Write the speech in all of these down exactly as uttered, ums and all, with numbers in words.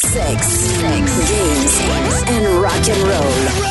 Sex, sex, games and rock'n'roll.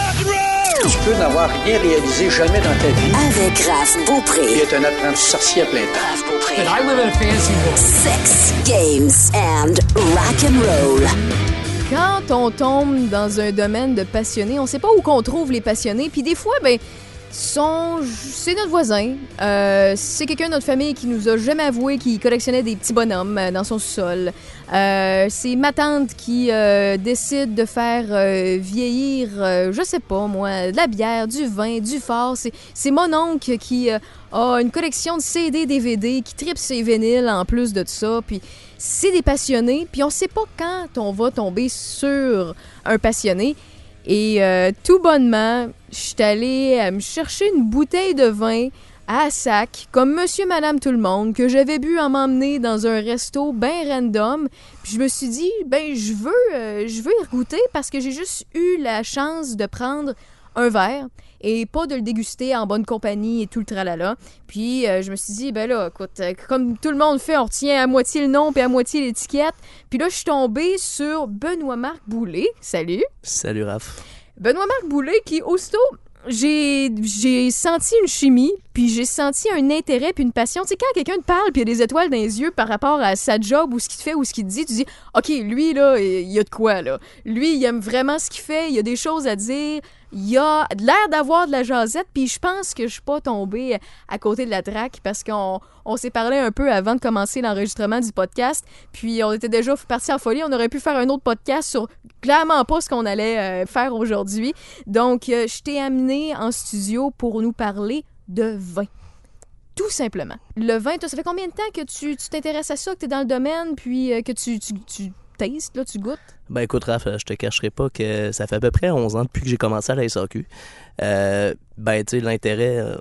Tu peux n'avoir rien réalisé jamais dans ta vie. Avec Raph Beaupré. Il est un apprenti sorcier à plein temps. Raph Beaupré. And I live in a fancy world. Sex, games and rock'n'roll. Quand on tombe dans un domaine de passionnés, on sait pas où qu'on trouve les passionnés. Puis des fois, ben, sont, c'est notre voisin. Euh, c'est quelqu'un de notre famille qui nous a jamais avoué qu'il collectionnait des petits bonhommes dans son sous-sol. Euh, c'est ma tante qui euh, décide de faire euh, vieillir, euh, je sais pas moi, de la bière, du vin, du fort. C'est, c'est mon oncle qui euh, a une collection de C D, D V D, qui tripe ses vinyles en plus de tout ça. Puis c'est des passionnés. Puis on sait pas quand on va tomber sur un passionné. Et euh, tout bonnement, je suis allée euh, me chercher une bouteille de vin à sac, comme monsieur, madame, tout le monde, que j'avais bu en m'emmener dans un resto bien random. Puis je me suis dit, ben je veux, euh, je veux y goûter parce que j'ai juste eu la chance de prendre un verre et pas de le déguster en bonne compagnie et tout le tralala. Puis euh, je me suis dit, ben là, écoute, euh, comme tout le monde fait, on retient à moitié le nom puis à moitié l'étiquette. Puis là, je suis tombée sur Benoît-Marc Boulay. Salut! Salut, Raph. Benoît-Marc Boulay qui, aussitôt, j'ai, j'ai senti une chimie, puis j'ai senti un intérêt puis une passion. Tu sais, quand quelqu'un te parle puis il y a des étoiles dans les yeux par rapport à sa job ou ce qu'il fait ou ce qu'il te dit, tu dis, OK, lui, là, il y a de quoi, là. Lui, il aime vraiment ce qu'il fait, il y a des choses à dire. Il a l'air d'avoir de la jasette, puis je pense que je suis pas tombée à côté de la traque parce qu'on on s'est parlé un peu avant de commencer l'enregistrement du podcast, puis on était déjà partis en folie. On aurait pu faire un autre podcast sur clairement pas ce qu'on allait euh, faire aujourd'hui. Donc, euh, je t'ai amené en studio pour nous parler de vin. Tout simplement. Le vin, toi, ça fait combien de temps que tu, tu t'intéresses à ça, que tu es dans le domaine, puis euh, que tu... tu, tu taste, là, tu goûtes? Ben écoute, Raph, je te cacherai pas que ça fait à peu près onze ans depuis que j'ai commencé à la S A Q. Euh, ben, tu sais, l'intérêt, euh,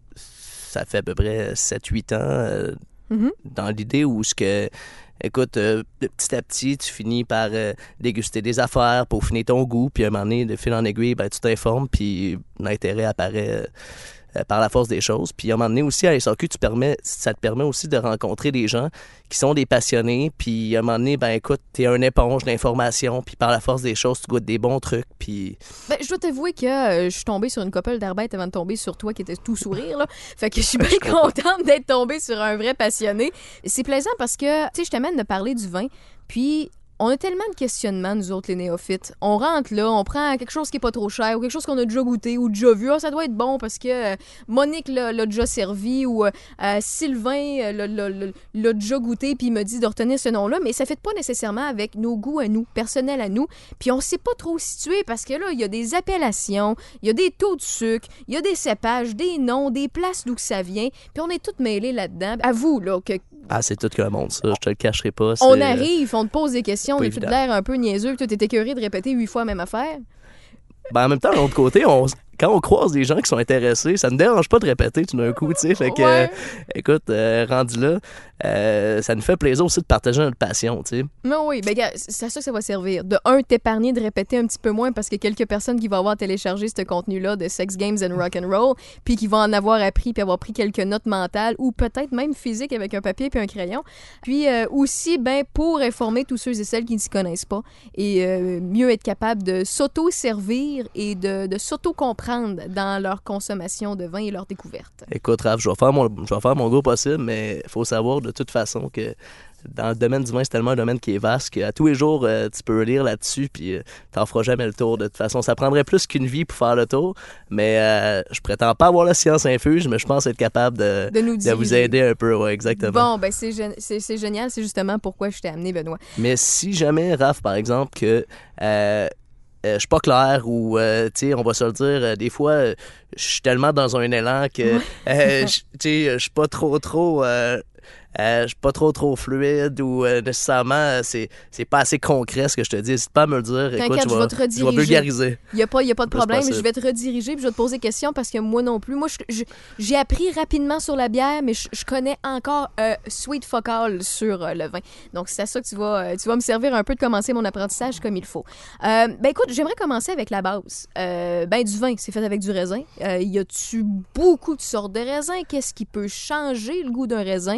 ça fait à peu près sept huit ans euh, mm-hmm. dans l'idée où ce que, écoute, euh, petit à petit, tu finis par euh, déguster des affaires, peaufiner ton goût, puis à un moment donné, de fil en aiguille, ben, tu t'informes, puis l'intérêt apparaît... Euh, par la force des choses. Puis à un moment donné aussi, à la S A Q, tu permets, ça te permet aussi de rencontrer des gens qui sont des passionnés. Puis à un moment donné, ben écoute, t'es un éponge d'informations. Puis par la force des choses, tu goûtes des bons trucs. Puis... Ben, je dois t'avouer que euh, je suis tombée sur une couple d'arbettes avant de tomber sur toi qui était tout sourire, là. Fait que je suis bien contente d'être tombée sur un vrai passionné. C'est plaisant parce que, tu sais, je t'amène de parler du vin. Puis... on a tellement de questionnements, nous autres, les néophytes. On rentre là, on prend quelque chose qui est pas trop cher ou quelque chose qu'on a déjà goûté ou déjà vu. Ah, ça doit être bon parce que euh, Monique l'a, l'a déjà servi ou euh, Sylvain euh, l'a, l'a, l'a, l'a déjà goûté puis il me dit de retenir ce nom-là. Mais ça fait pas nécessairement avec nos goûts à nous, personnels à nous. Puis on sait pas trop situer parce que là, il y a des appellations, il y a des taux de sucre, il y a des cépages, des noms, des places d'où que ça vient. Puis on est tous mêlés là-dedans. À vous, là, que... Ah, c'est tout que le monde, ça. Je te le cacherai pas. C'est... On arrive, on te pose des questions. On a tout évident. l'air un peu niaiseux, que toi, t'es écœuré de répéter huit fois la même affaire. Ben, en même temps, de l'autre côté, on, quand on croise des gens qui sont intéressés, ça ne dérange pas de répéter tout d'un coup, tu sais. Fait que, ouais. euh, écoute, euh, rendu là, euh, ça nous fait plaisir aussi de partager notre passion, tu sais. Mais oui, ben, gars, c'est à ça que ça va servir. De un, t'épargner de répéter un petit peu moins parce que quelques personnes qui vont avoir téléchargé ce contenu-là de Sex, Games and Rock'n'Roll, puis qui vont en avoir appris puis avoir pris quelques notes mentales ou peut-être même physiques avec un papier puis un crayon. Puis euh, aussi, ben, pour informer tous ceux et celles qui ne s'y connaissent pas et euh, mieux être capable de s'auto-servir et de, de s'auto-comprendre dans leur consommation de vin et leur découverte. Écoute, Raph, je vais faire mon, je vais faire mon gros possible, mais il faut savoir de toute façon que dans le domaine du vin, c'est tellement un domaine qui est vaste qu'à tous les jours, euh, tu peux lire là-dessus puis euh, t'en feras jamais le tour. De toute façon, ça prendrait plus qu'une vie pour faire le tour, mais euh, je prétends pas avoir la science infuse, mais je pense être capable de, de, nous de vous aider un peu, ouais, exactement. Bon, ben c'est, c'est, c'est génial, c'est justement pourquoi je t'ai amené, Benoît. Mais si jamais, Raph, par exemple, que... Euh, Euh, je suis pas clair ou, euh, tu sais, on va se le dire, euh, des fois, euh, je suis tellement dans un élan que, euh, tu sais, je suis pas trop, trop... Euh, Euh, je suis pas trop trop fluide ou euh, nécessairement c'est, c'est pas assez concret ce que je te dis. N'hésite pas à me le dire. T'inquiète, écoute, je, je vais, vais te rediriger. Je vais vulgariser. Il n'y a pas, y a pas de problème. Plus Je vais te rediriger puis je vais te poser des questions parce que moi non plus. Moi, je, je, j'ai appris rapidement sur la bière, mais je, je connais encore euh, sweet fuck all sur euh, le vin. Donc, c'est à ça que tu vas, euh, tu vas me servir un peu de commencer mon apprentissage comme il faut. Euh, ben écoute, j'aimerais commencer avec la base. Euh, ben du vin, c'est fait avec du raisin. Euh, y a-tu beaucoup de sortes de raisins? Qu'est-ce qui peut changer le goût d'un raisin? On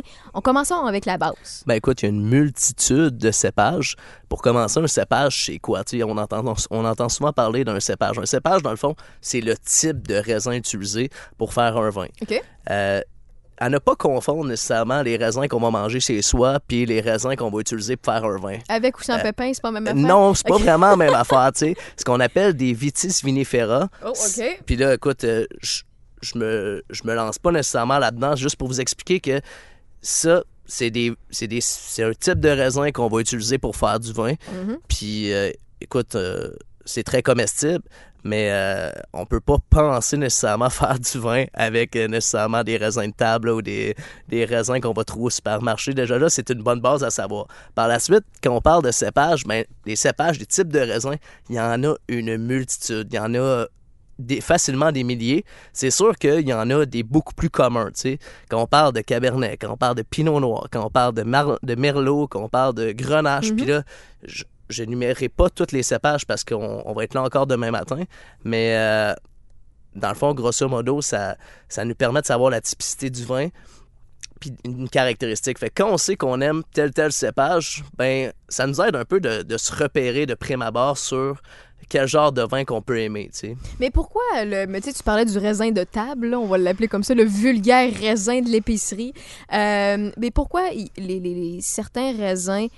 commençons avec la base. Ben écoute, il y a une multitude de cépages. Pour commencer, un cépage, c'est quoi? Tu sais, on entend, on entend souvent parler d'un cépage. Un cépage, dans le fond, c'est le type de raisin utilisé pour faire un vin. OK. Euh, à ne pas confondre nécessairement les raisins qu'on va manger chez soi puis les raisins qu'on va utiliser pour faire un vin. Avec ou sans euh, pépins, c'est pas la même affaire? Non, c'est okay. pas vraiment la même affaire, tu sais. Ce qu'on appelle des vitis vinifera. Oh, OK. Puis là, écoute, euh, je, je, me, je me lance pas nécessairement là-dedans, juste pour vous expliquer que ça, c'est des, c'est des, c'est un type de raisin qu'on va utiliser pour faire du vin. Mm-hmm. Puis, euh, écoute, euh, c'est très comestible, mais euh, on peut pas penser nécessairement faire du vin avec euh, nécessairement des raisins de table là, ou des, des raisins qu'on va trouver au supermarché. Déjà là, c'est une bonne base à savoir. Par la suite, quand on parle de cépages, ben, les cépages, les types de raisins, il y en a une multitude. Il y en a des, facilement des milliers. C'est sûr qu'il y en a des beaucoup plus communs. T'sais. Quand on parle de Cabernet, quand on parle de Pinot Noir, quand on parle de, Mar- de Merlot, quand on parle de Grenache, puis mm-hmm. là... Je, Je n'énumérerai pas tous les cépages parce qu'on on va être là encore demain matin, mais euh, dans le fond, grosso modo, ça, ça nous permet de savoir la typicité du vin puis une caractéristique. Fait que quand on sait qu'on aime tel tel cépage, ben ça nous aide un peu de, de se repérer de prime abord sur quel genre de vin qu'on peut aimer, tu sais. Mais pourquoi, le, mais tu sais, tu parlais du raisin de table, là, on va l'appeler comme ça, le vulgaire raisin de l'épicerie. Euh, mais pourquoi les, les, les, certains raisins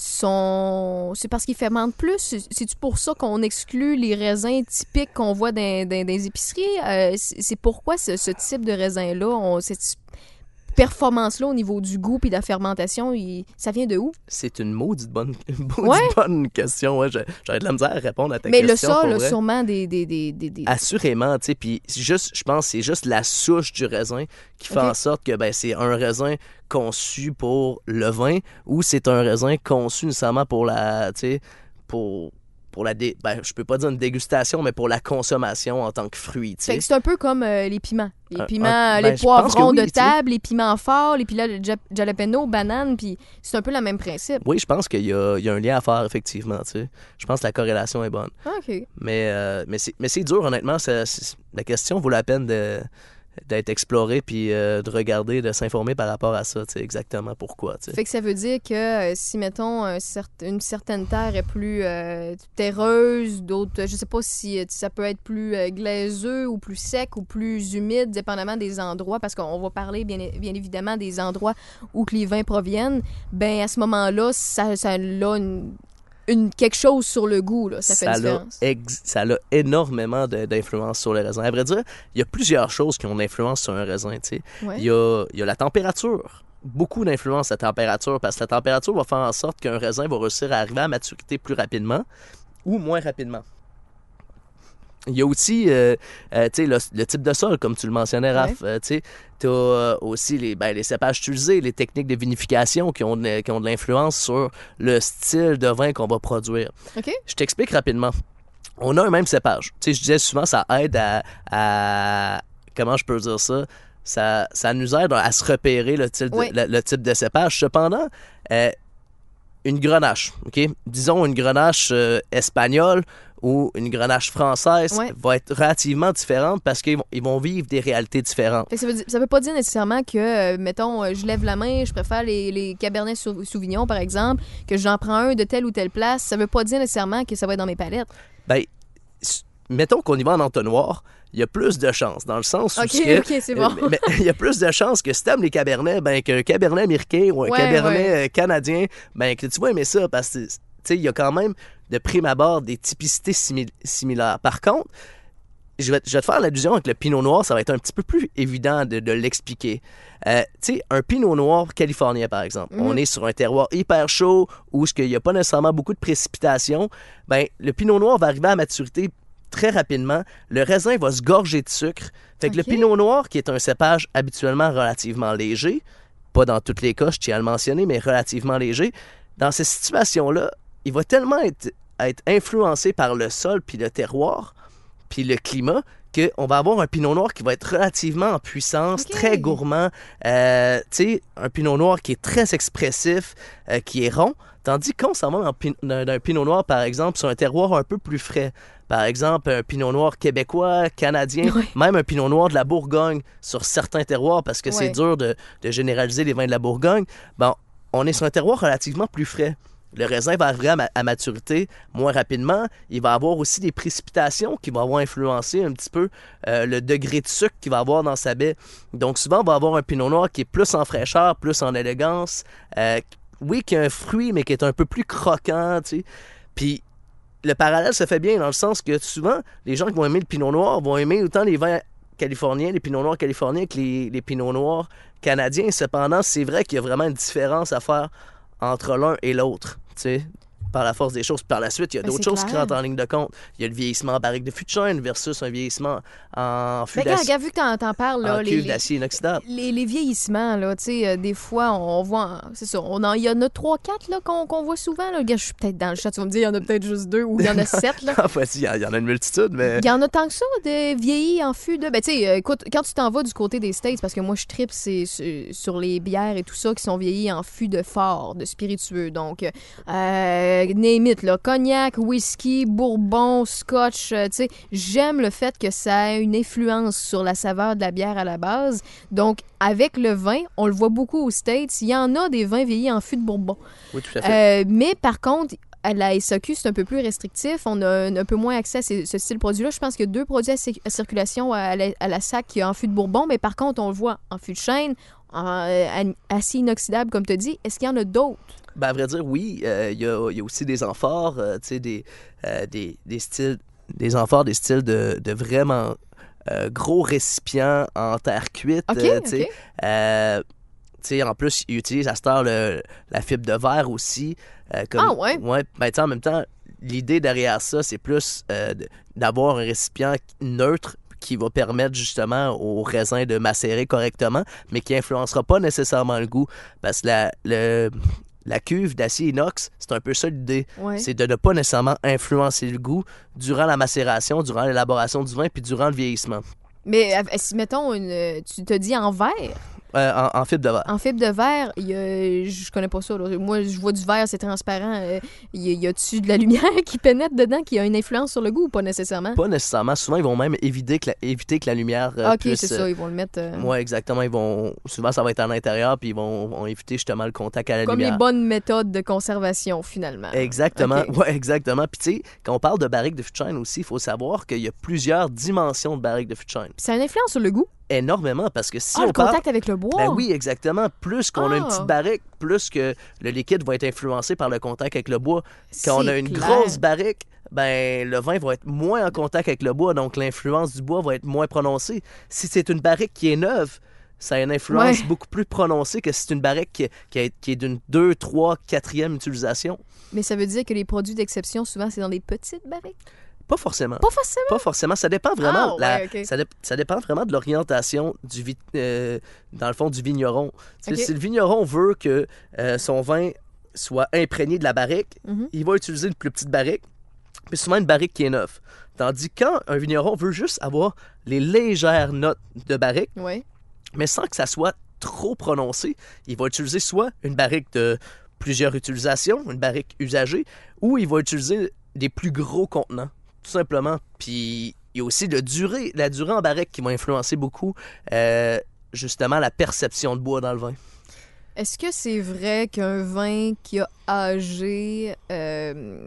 sont... C'est parce qu'ils fermentent plus? C'est-tu pour ça qu'on exclut les raisins typiques qu'on voit dans, dans, dans les épiceries? Euh, c'est pourquoi ce, ce type de raisin-là, on, cette performance-là au niveau du goût et de la fermentation, il, ça vient de où? C'est une maudite bonne, une maudite ouais. bonne question. Ouais, j'aurais de la misère à répondre à ta Mais question. Mais le ça, là, sûrement des... des, des, des, des... Assurément, tu sais, puis juste, je pense que c'est juste la souche du raisin qui fait okay. en sorte que ben, c'est un raisin conçu pour le vin ou c'est un raisin conçu nécessairement pour la, tu sais, pour... pour la dé... ben, je peux pas dire une dégustation, mais pour la consommation en tant que fruit. Fait que c'est un peu comme euh, les piments. Les piments, euh, ben, les poivrons oui, de table, les piments forts, les piments jalapeno, bananes, puis c'est un peu le même principe. Oui, je pense qu'il y a, il y a un lien à faire, effectivement. Tu sais. Je pense que la corrélation est bonne. OK. Mais, euh, mais, c'est, mais c'est dur, honnêtement. Ça, c'est, la question vaut la peine de... d'être exploré puis euh, de regarder, de s'informer par rapport à ça, tu sais, exactement pourquoi. T'sais. Fait que ça veut dire que euh, si, mettons, un cert- une certaine terre est plus euh, terreuse, d'autres, je sais pas si ça peut être plus euh, glaiseux ou plus sec ou plus humide, dépendamment des endroits, parce qu'on va parler bien, bien évidemment des endroits où que les vins proviennent, ben à ce moment-là, ça, ça a une... Une, quelque chose sur le goût, là, ça fait ça une différence. Ex- ça a énormément de, d'influence sur le raisin. À vrai dire, il y a plusieurs choses qui ont d'influence sur un raisin. Ouais. Il y a, il y a la température. Beaucoup d'influence à la température, parce que la température va faire en sorte qu'un raisin va réussir à arriver à maturité plus rapidement ou moins rapidement. Il y a aussi euh, euh, le, le type de sol, comme tu le mentionnais, Raph. Ouais. Euh, tu as euh, aussi les, ben, les cépages utilisés, les techniques de vinification qui ont de, qui ont de l'influence sur le style de vin qu'on va produire. Okay. Je t'explique rapidement. On a un même cépage. T'sais, je disais souvent, ça aide à, à... Comment je peux dire ça? Ça, ça nous aide à se repérer le type, oui. de, le, le type de cépage. Cependant, euh, une grenache, OK? Disons une grenache euh, espagnole ou une grenache française ouais. va être relativement différente parce qu'ils vont, ils vont vivre des réalités différentes. Fait que ça veut dire, ça veut pas dire nécessairement que, euh, mettons, euh, je lève la main, je préfère les, les Cabernet Sauvignon, par exemple, que j'en prends un de telle ou telle place. Ça veut pas dire nécessairement que ça va être dans mes palettes. Ben, mettons qu'on y va en entonnoir, il y a plus de chances, dans le sens où... OK, que, OK, c'est bon. Euh, il y a plus de chances que si t'aimes les Cabernets, ben qu'un Cabernet américain ou un ouais, Cabernet ouais. canadien, ben que tu vas aimer ça, parce que, tu sais, il y a quand même, de prime abord, des typicités simil- similaires. Par contre, je vais, je vais te faire l'allusion avec le Pinot Noir, ça va être un petit peu plus évident de, de l'expliquer. Euh, tu sais, un Pinot Noir californien, par exemple, mm-hmm. on est sur un terroir hyper chaud, où il n'y a pas nécessairement beaucoup de précipitations, ben le Pinot Noir va arriver à maturité très rapidement, le raisin va se gorger de sucre. Fait que okay. le Pinot Noir, qui est un cépage habituellement relativement léger, pas dans tous les cas, je tiens à le mentionner, mais relativement léger, dans ces situations-là, il va tellement être, être influencé par le sol, puis le terroir, puis le climat, qu'on va avoir un Pinot Noir qui va être relativement en puissance, okay. très gourmand. Euh, tu sais, un Pinot Noir qui est très expressif, euh, qui est rond. Tandis qu'on s'en va dans, pin- dans, dans un pinot noir, par exemple, sur un terroir un peu plus frais. Par exemple, un pinot noir québécois, canadien, Ouais. même un pinot noir de la Bourgogne sur certains terroirs, parce que Ouais. c'est dur de, de généraliser les vins de la Bourgogne. Bon, on est sur un terroir relativement plus frais. Le raisin va arriver à, ma- à maturité moins rapidement. Il va avoir aussi des précipitations qui vont avoir influencé un petit peu euh, le degré de sucre qu'il va avoir dans sa baie. Donc souvent, on va avoir un pinot noir qui est plus en fraîcheur, plus en élégance. Euh, oui, qui a un fruit, mais qui est un peu plus croquant, tu sais. Puis le parallèle se fait bien dans le sens que souvent, les gens qui vont aimer le pinot noir vont aimer autant les vins californiens, les pinots noirs californiens que les, les pinots noirs canadiens. Cependant, c'est vrai qu'il y a vraiment une différence à faire entre l'un et l'autre, tu sais, par la force des choses. Puis par la suite, il y a Ben, d'autres c'est choses qui clair. rentrent en ligne de compte. Il y a le vieillissement en barrique de fût de chêne versus un vieillissement en fût Ben, regarde, d'acier, regarde, vu que t'en, t'en parles, là, en les, cuve les, d'acier inoxydable. les- les vieillissements, là, tu sais, euh, des fois, on voit, c'est ça, on en- il y en a trois, quatre, là, qu'on, qu'on voit souvent, là. Regarde, je suis peut-être dans le chat, tu vas me dire, il y en a peut-être juste deux, ou il y en a sept, là. En fait, il y, en- il y en a une multitude, mais... Il y en a tant que ça, de vieillis en fût de... Ben, tu sais, euh, écoute, quand tu t'en vas du côté des States, parce que moi, je tripe c'est, c'est- sur les bières et tout ça qui sont vieillis en fût de fort, de spiritueux. Donc, euh, name it, là, cognac, whisky, bourbon, scotch, euh, tu sais, j'aime le fait que ça a une influence sur la saveur de la bière à la base. Donc, avec le vin, on le voit beaucoup aux States, il y en a des vins vieillis en fût de bourbon. Oui, tout à fait. Euh, mais par contre, à la S A Q, c'est un peu plus restrictif. On a un, un peu moins accès à ces- ce style de produit-là. Je pense qu'il y a deux produits à, cir- à circulation à la, à la S A C qui est en fût de bourbon, mais par contre, on le voit en fût de chêne, en euh, acier inoxydable, comme tu as dit. Est-ce qu'il y en a d'autres? Ben, à vrai dire, oui. Euh, Il y, a, il y a aussi des amphores, euh, tu sais, des, euh, des, des styles, des amphores, des styles de, de vraiment euh, gros récipients en terre cuite. OK, euh, tu sais. OK. Euh, tu sais, en plus, ils utilisent à cette heure le- la fibre de verre aussi. euh, comme, Ah, ouais? Ouais. Ben, tu sais, en même temps, l'idée derrière ça, c'est plus euh, de- d'avoir un récipient neutre qui va permettre justement au raisin de macérer correctement, mais qui influencera pas nécessairement le goût. Parce que la, le, la cuve d'acier inox, c'est un peu ça l'idée. Ouais. C'est de ne pas nécessairement influencer le goût durant la macération, durant l'élaboration du vin, puis durant le vieillissement. Mais euh, si, mettons, une, tu te dis en verre, Euh, en, en fibre de verre. en fibre de verre, il y a, je connais pas ça. Là. Moi, je vois du verre, c'est transparent. Euh, y, y a-tu de la lumière qui pénètre dedans, qui a une influence sur le goût ou pas nécessairement? Pas nécessairement. Souvent, ils vont même éviter que la, éviter que la lumière euh, OK, puisse... c'est ça, ils vont le mettre... euh, Oui, exactement. Ils vont... Souvent, ça va être à l'intérieur, puis ils vont, vont éviter justement le contact à la Comme lumière. les bonnes méthodes de conservation, finalement. Exactement. OK. Ouais, exactement. Puis tu sais, quand on parle de barrique de fût de chêne aussi, il faut savoir qu'il y a plusieurs dimensions de barrique de fût de chêne. Puis ça a une influence sur le goût? Énormément, parce que si Ah, on le parle... contact avec le bois? Ben oui, exactement. Plus qu'on a une Ah. petite barrique, plus que le liquide va être influencé par le contact avec le bois. C'est Quand on a une clair. grosse barrique, ben le vin va être moins en contact avec le bois, donc l'influence du bois va être moins prononcée. Si c'est une barrique qui est neuve, ça a une influence Ouais. beaucoup plus prononcée que si c'est une barrique qui, qui, est- qui est d'une deux, trois, quatrième utilisation. Mais ça veut dire que les produits d'exception, souvent, c'est dans des petites barriques? Pas forcément. Pas forcément. Pas forcément. Ça dépend vraiment. Ah, la- ouais, ok. ça, dé- ça dépend vraiment de l'orientation du vi- euh, dans le fond du vigneron. Tu sais, Ok. Si le vigneron veut que euh, son vin soit imprégné de la barrique, Mhm. il va utiliser une plus petite barrique, puis souvent une barrique qui est neuve. Tandis que quand un vigneron veut juste avoir les légères notes de barrique, Oui. mais sans que ça soit trop prononcé, il va utiliser soit une barrique de plusieurs utilisations, une barrique usagée, ou il va utiliser des plus gros contenants, tout simplement. Puis il y a aussi le durée, la durée en barrique qui va influencer beaucoup euh, justement la perception de bois dans le vin. Est-ce que c'est vrai qu'un vin qui a âgé... euh,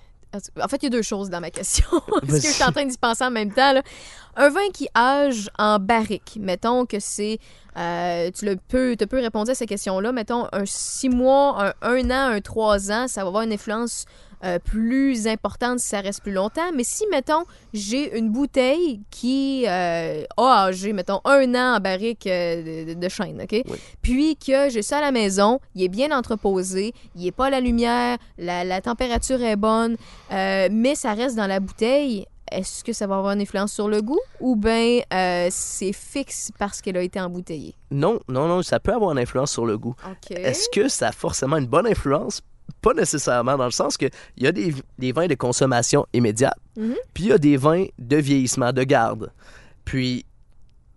En fait, il y a deux choses dans ma question. Parce que je suis en train d'y penser en même temps. Là. Un vin qui âge en barrique, mettons que c'est... euh, tu le peux, te peux répondre à cette question-là. Mettons un six mois, un un an, un trois ans, ça va avoir une influence euh, plus importante si ça reste plus longtemps. Mais si, mettons, j'ai une bouteille qui euh, a âgé, mettons, un an en barrique euh, de, de chêne, OK? Oui. Puis que j'ai ça à la maison, il est bien entreposé, il n'est pas à la lumière, la, la température est bonne, euh, mais ça reste dans la bouteille. Est-ce que ça va avoir une influence sur le goût ou bien euh, c'est fixe parce qu'elle a été embouteillée? Non, non, non, ça peut avoir une influence sur le goût. OK. Est-ce que ça a forcément une bonne influence? Pas nécessairement, dans le sens qu'il y a des, des vins de consommation immédiate, Mhm. puis il y a des vins de vieillissement, de garde. Puis,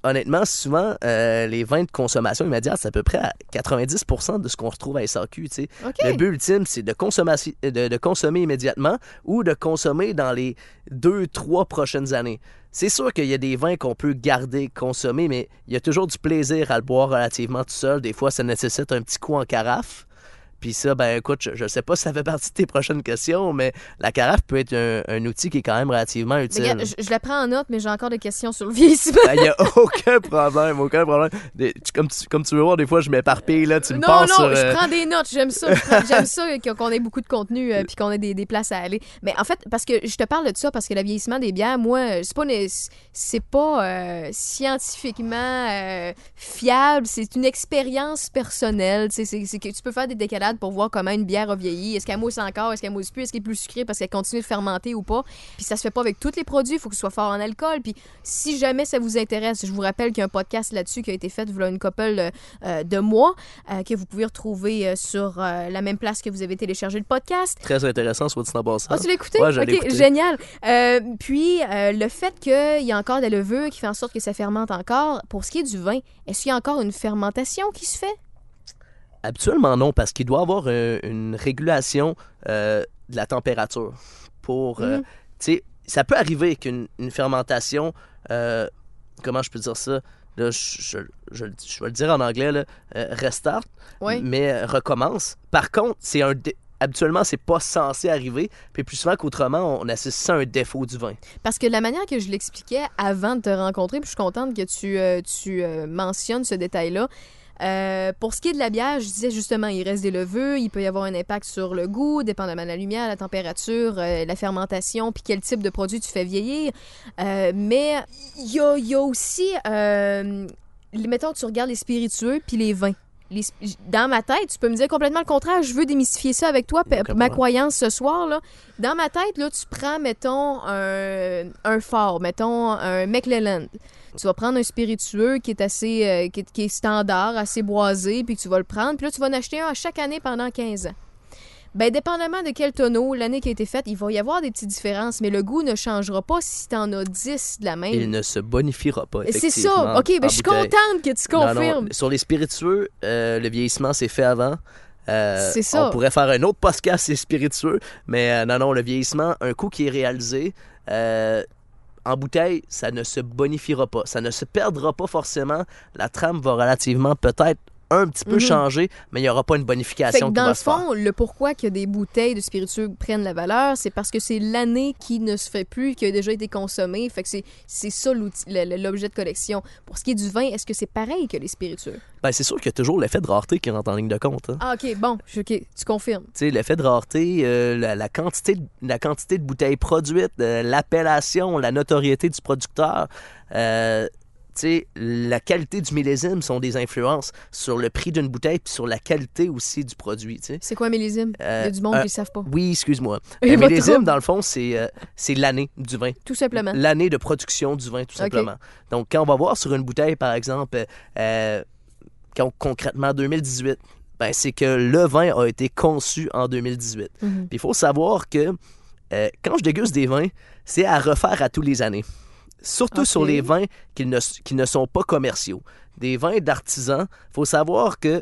honnêtement, souvent, euh, les vins de consommation immédiate, c'est à peu près à quatre-vingt-dix pour cent de ce qu'on retrouve à S A Q. Okay. Le but ultime, c'est de consommer, de, de consommer immédiatement ou de consommer dans les deux, trois prochaines années. C'est sûr qu'il y a des vins qu'on peut garder, consommer, mais il y a toujours du plaisir à le boire relativement tout seul. Des fois, ça nécessite un petit coup en carafe. Puis ça, ben écoute, je ne sais pas si ça fait partie de tes prochaines questions, mais la carafe peut être un, un outil qui est quand même relativement utile. Regarde, je, je la prends en note, mais j'ai encore des questions sur le vieillissement. Il ben, n'y a aucun problème, aucun problème. Des, tu, comme, tu, comme tu veux voir, des fois, je m'éparpille, là, tu me non, passes non, sur... Non, non, euh... je prends des notes, j'aime ça. Prends, j'aime ça qu'on ait beaucoup de contenu euh, puis qu'on ait des, des places à aller. Mais en fait, parce que je te parle de ça, parce que le vieillissement des bières, moi, c'est pas, une, c'est pas euh, scientifiquement euh, fiable, c'est une expérience personnelle. C'est, c'est, c'est que tu peux faire des décalades pour voir comment une bière a vieilli. Est-ce qu'elle mousse encore? Est-ce qu'elle mousse plus? Est-ce qu'elle est plus sucrée parce qu'elle continue de fermenter ou pas? Puis ça se fait pas avec tous les produits. Il faut que ce soit fort en alcool. Puis si jamais ça vous intéresse, je vous rappelle qu'il y a un podcast là-dessus qui a été fait il y a une couple euh, de mois euh, que vous pouvez retrouver euh, sur euh, la même place que vous avez téléchargé le podcast. Très intéressant, soit dit en passant. Ah, tu l'as écouté? Ouais, je l'ai OK, écouté. Génial. Euh, puis euh, le fait qu'il y a encore des levures qui fait en sorte que ça fermente encore, pour ce qui est du vin, est-ce qu'il y a encore une fermentation qui se fait? Habituellement, non, parce qu'il doit y avoir un, une régulation euh, de la température. Pour, euh, mm-hmm. tu sais, ça peut arriver qu'une une fermentation, euh, comment je peux dire ça? Là, je, je, je, je vais le dire en anglais, là, euh, restart, oui. mais euh, recommence. Par contre, c'est un dé- habituellement, c'est pas censé arriver, puis plus souvent qu'autrement, on associe ça à un défaut du vin. Parce que la manière que je l'expliquais avant de te rencontrer, puis je suis contente que tu, euh, tu euh, mentionnes ce détail-là. Euh, pour ce qui est de la bière, je disais justement, il reste des levures, il peut y avoir un impact sur le goût, dépendamment de la lumière, la température, euh, la fermentation, puis quel type de produit tu fais vieillir. Euh, mais il y a, y a aussi, euh, mettons, tu regardes les spiritueux puis les vins. Les, dans ma tête, tu peux me dire complètement le contraire. Je veux démystifier ça avec toi, p- ma croyance ce soir. Là. Dans ma tête, là, tu prends, mettons, un, un fort, mettons, un McLelland. Tu vas prendre un spiritueux qui est assez euh, qui, est, qui est standard, assez boisé, puis que tu vas le prendre. Puis là, tu vas en acheter un à chaque année pendant quinze ans. Bien, dépendamment de quel tonneau, l'année qui a été faite, il va y avoir des petites différences, mais le goût ne changera pas si tu en as dix de la même. Il ne se bonifiera pas, effectivement. C'est ça. OK, ben, je suis contente que tu confirmes. Non, non. Sur les spiritueux, euh, le vieillissement s'est fait avant. Euh, c'est ça. On pourrait faire un autre podcast sur les spiritueux, mais euh, non, non, le vieillissement, un coup qui est réalisé... Euh, en bouteille, ça ne se bonifiera pas. Ça ne se perdra pas forcément. La trame va relativement peut-être un petit peu mm-hmm. changer, mais il n'y aura pas une bonification qui va se faire. Dans le fond, le pourquoi que des bouteilles de spiritueux prennent la valeur, c'est parce que c'est l'année qui ne se fait plus, qui a déjà été consommée. Fait que c'est, c'est ça l'objet de collection. Pour ce qui est du vin, est-ce que c'est pareil que les spiritueux? Ben, c'est sûr qu'il y a toujours l'effet de rareté qui rentre en ligne de compte. Hein. Ah, OK, bon, OK, tu confirmes. Tu sais, l'effet de rareté, euh, la, la, quantité de, la quantité de bouteilles produites, euh, l'appellation, la notoriété du producteur, euh, tu sais, la qualité du millésime sont des influences sur le prix d'une bouteille puis sur la qualité aussi du produit. Tu sais. C'est quoi un millésime? Euh, Il y a du monde euh, qui ne le savent pas. Oui, excuse-moi. Un millésime, dans le fond, c'est, euh, c'est l'année du vin. Tout simplement. L'année de production du vin, tout simplement. Okay. Donc, quand on va voir sur une bouteille, par exemple, euh, quand, concrètement deux mille dix-huit, ben, c'est que le vin a été conçu en deux mille dix-huit. Mm-hmm. Puis il faut savoir que euh, quand je déguste des vins, c'est à refaire à tous les années. Surtout okay. sur les vins qui ne, qui ne sont pas commerciaux. Des vins d'artisans, il faut savoir que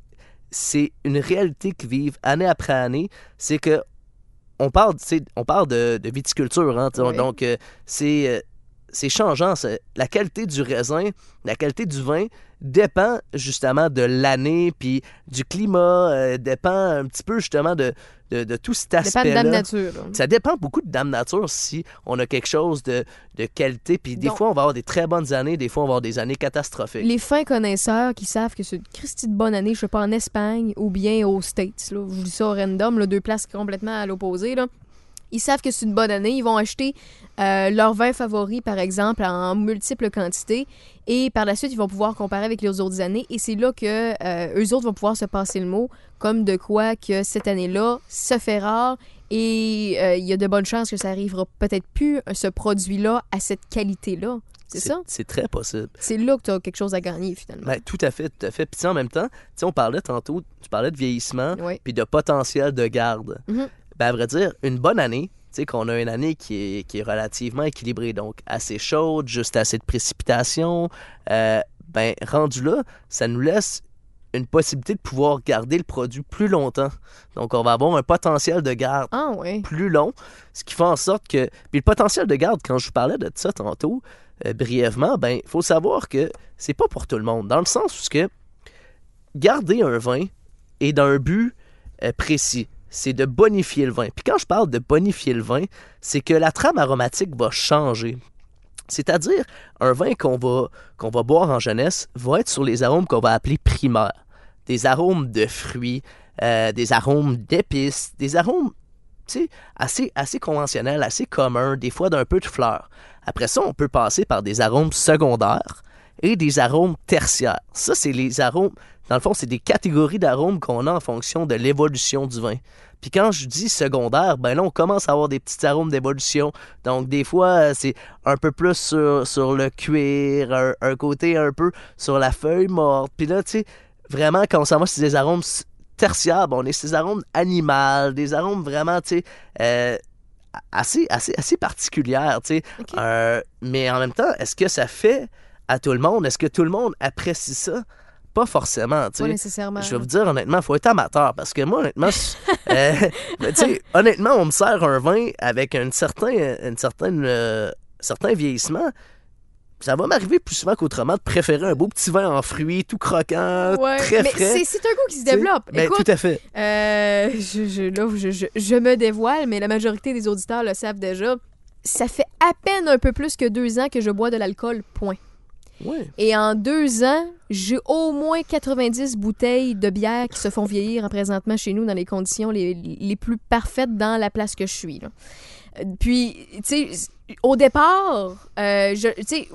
c'est une réalité qui vivent année après année. C'est que on parle, on parle de, de viticulture, hein, oui. donc euh, c'est, euh, c'est changeant. C'est, la qualité du raisin, la qualité du vin dépend justement de l'année, puis du climat, euh, dépend un petit peu justement de, de, de tout cet aspect-là. Ça dépend de Dame Nature. Là. Ça dépend beaucoup de Dame Nature si on a quelque chose de, de qualité. Puis des Donc, fois, on va avoir des très bonnes années, des fois, on va avoir des années catastrophiques. Les fins connaisseurs qui savent que c'est une Christie de bonne année, je sais pas, en Espagne ou bien aux States, là, je vous dis ça au random, là, deux places complètement à l'opposé, là. Ils savent que c'est une bonne année. Ils vont acheter euh, leur vin favori, par exemple, en multiples quantités. Et par la suite, ils vont pouvoir comparer avec les autres années. Et c'est là que euh, eux autres vont pouvoir se passer le mot, comme de quoi que cette année-là, ça fait rare. Et euh, il y a de bonnes chances que ça arrivera peut-être plus, ce produit-là, à cette qualité-là. C'est, c'est ça? C'est très possible. C'est là que tu as quelque chose à gagner, finalement. Ben, tout à fait, tout à fait. Puis en même temps, on parlait tantôt, tu parlais de vieillissement, oui. puis de potentiel de garde. Mm-hmm. Ben, à vrai dire, une bonne année, sais, qu'on a une année qui est, qui est relativement équilibrée, donc assez chaude, juste assez de précipitations, euh, ben rendu là, ça nous laisse une possibilité de pouvoir garder le produit plus longtemps. Donc, on va avoir un potentiel de garde ah, oui. plus long, ce qui fait en sorte que... Puis le potentiel de garde, quand je vous parlais de ça tantôt, euh, brièvement, ben il faut savoir que c'est pas pour tout le monde, dans le sens où que garder un vin est d'un but euh, précis, c'est de bonifier le vin. Puis quand je parle de bonifier le vin, c'est que la trame aromatique va changer. C'est-à-dire, un vin qu'on va, qu'on va boire en jeunesse va être sur les arômes qu'on va appeler primaires. Des arômes de fruits, euh, des arômes d'épices, des arômes assez, assez conventionnels, assez communs, des fois d'un peu de fleurs. Après ça, on peut passer par des arômes secondaires et des arômes tertiaires. Ça, c'est les arômes, dans le fond, c'est des catégories d'arômes qu'on a en fonction de l'évolution du vin. Puis quand je dis secondaire, ben là, on commence à avoir des petits arômes d'évolution. Donc, des fois, c'est un peu plus sur, sur le cuir, un, un côté un peu sur la feuille morte. Puis là, tu sais, vraiment, quand on s'en va sur des arômes tertiaires, ben, on est sur des arômes animaux, des arômes vraiment, tu sais, euh, assez, assez, assez particulières, tu sais. Okay. Euh, mais en même temps, est-ce que ça fait à tout le monde? Est-ce que tout le monde apprécie ça? Pas forcément, tu sais. Pas nécessairement. Je vais vous dire, honnêtement, il faut être amateur, parce que moi, honnêtement, euh, tu sais, honnêtement, on me sert un vin avec un certain, une certaine, euh, certain vieillissement. Ça va m'arriver plus souvent qu'autrement de préférer un beau petit vin en fruits, tout croquant, ouais, très mais frais. C'est, c'est un goût qui se développe. Ben, Écoute, tout à fait. Euh, je, je, là, je, je, je me dévoile, mais la majorité des auditeurs le savent déjà. Ça fait à peine un peu plus que deux ans que je bois de l'alcool, point. Ouais. Et en deux ans, j'ai au moins quatre-vingt-dix bouteilles de bière qui se font vieillir présentement chez nous dans les conditions les, les plus parfaites dans la place que je suis. Là. Puis, tu sais, au départ, euh, je, tu sais,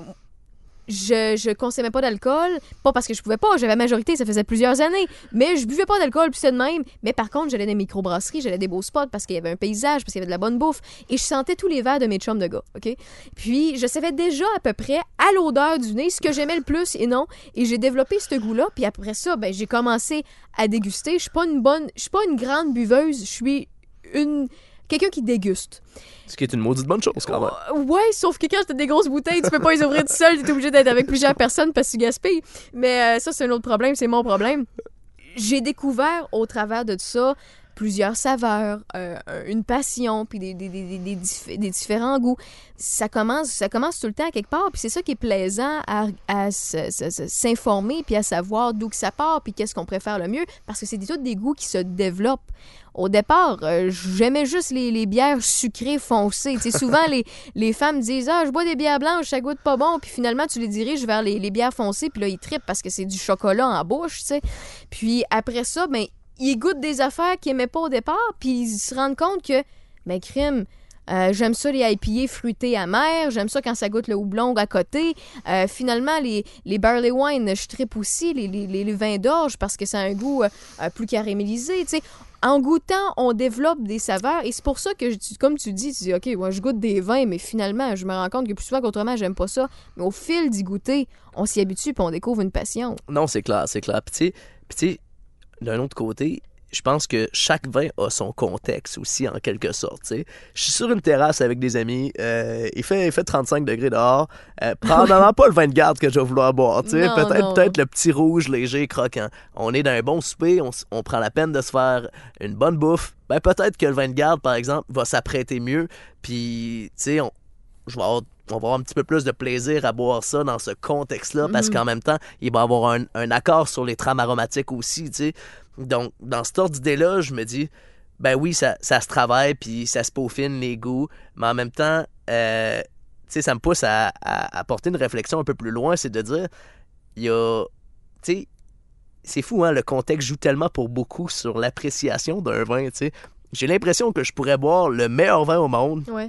je, je consommais pas d'alcool, pas parce que je pouvais pas, j'avais la majorité, ça faisait plusieurs années, mais je buvais pas d'alcool, puis c'est de même. Mais par contre, j'allais dans des microbrasseries, j'allais des beaux spots parce qu'il y avait un paysage, parce qu'il y avait de la bonne bouffe, et je sentais tous les verres de mes chums de gars, OK? Puis, je savais déjà à peu près, à l'odeur du nez, ce que j'aimais le plus et non, et j'ai développé ce goût-là, puis après ça, ben, j'ai commencé à déguster. Je suis pas une bonne, je suis pas une grande buveuse, je suis une... quelqu'un qui déguste. Ce qui est une maudite bonne chose, quand même. Ouais, sauf que quand t'as des grosses bouteilles, tu peux pas les ouvrir tout seul, t'es obligé d'être avec plusieurs personnes parce que tu gaspilles. Mais euh, ça, c'est un autre problème, c'est mon problème. J'ai découvert au travers de tout ça plusieurs saveurs, euh, une passion, puis des, des, des, des, des, dif- des différents goûts. Ça commence, ça commence tout le temps à quelque part, puis c'est ça qui est plaisant à, à s- s- s- s'informer, puis à savoir d'où que ça part, puis qu'est-ce qu'on préfère le mieux, parce que c'est des, tous des goûts qui se développent. Au départ, euh, j'aimais juste les, les bières sucrées foncées. Tu sais, souvent, les, les femmes disent « Ah, je bois des bières blanches, ça goûte pas bon. » Puis finalement, tu les diriges vers les, les bières foncées, puis là, ils trippent parce que c'est du chocolat en bouche, tu sais. Puis après ça, ben ils goûtent des affaires qu'ils n'aimaient pas au départ, puis ils se rendent compte que, ben crime, euh, j'aime ça les I P A fruités amers, j'aime ça quand ça goûte le houblon à côté. Euh, finalement, les, les barley wine, je trippe aussi, les, les, les vins d'orge, parce que ça a un goût euh, plus caramélisé, tu sais. En goûtant, on développe des saveurs, et c'est pour ça que, je, comme tu dis, tu dis, OK, ouais, je goûte des vins, mais finalement, je me rends compte que plus souvent qu'autrement, j'aime pas ça. Mais au fil d'y goûter, on s'y habitue, puis on découvre une passion. Non, c'est clair, c'est clair. Puis tu sais, d'un autre côté, je pense que chaque vin a son contexte aussi, en quelque sorte. T'sais. Je suis sur une terrasse avec des amis, euh, il, fait, il fait trente-cinq degrés dehors, euh, probablement pas le vin de garde que je vais vouloir boire. T'sais. Non, peut-être, non. peut-être le petit rouge léger, croquant. On est dans un bon souper, on, on prend la peine de se faire une bonne bouffe. Ben, peut-être que le vin de garde, par exemple, va s'apprêter mieux, puis tu sais, on, je vais avoir on va avoir un petit peu plus de plaisir à boire ça dans ce contexte-là, parce Mm. qu'en même temps, il va y avoir un, un accord sur les trames aromatiques aussi, tu sais. Donc, dans cette ordre d'idée-là, je me dis, ben oui, ça, ça se travaille, puis ça se peaufine les goûts, mais en même temps, euh, tu sais, ça me pousse à, à, à porter une réflexion un peu plus loin, c'est de dire, il y a, tu sais, c'est fou, hein, le contexte joue tellement pour beaucoup sur l'appréciation d'un vin, tu sais. J'ai l'impression que je pourrais boire le meilleur vin au monde, Ouais.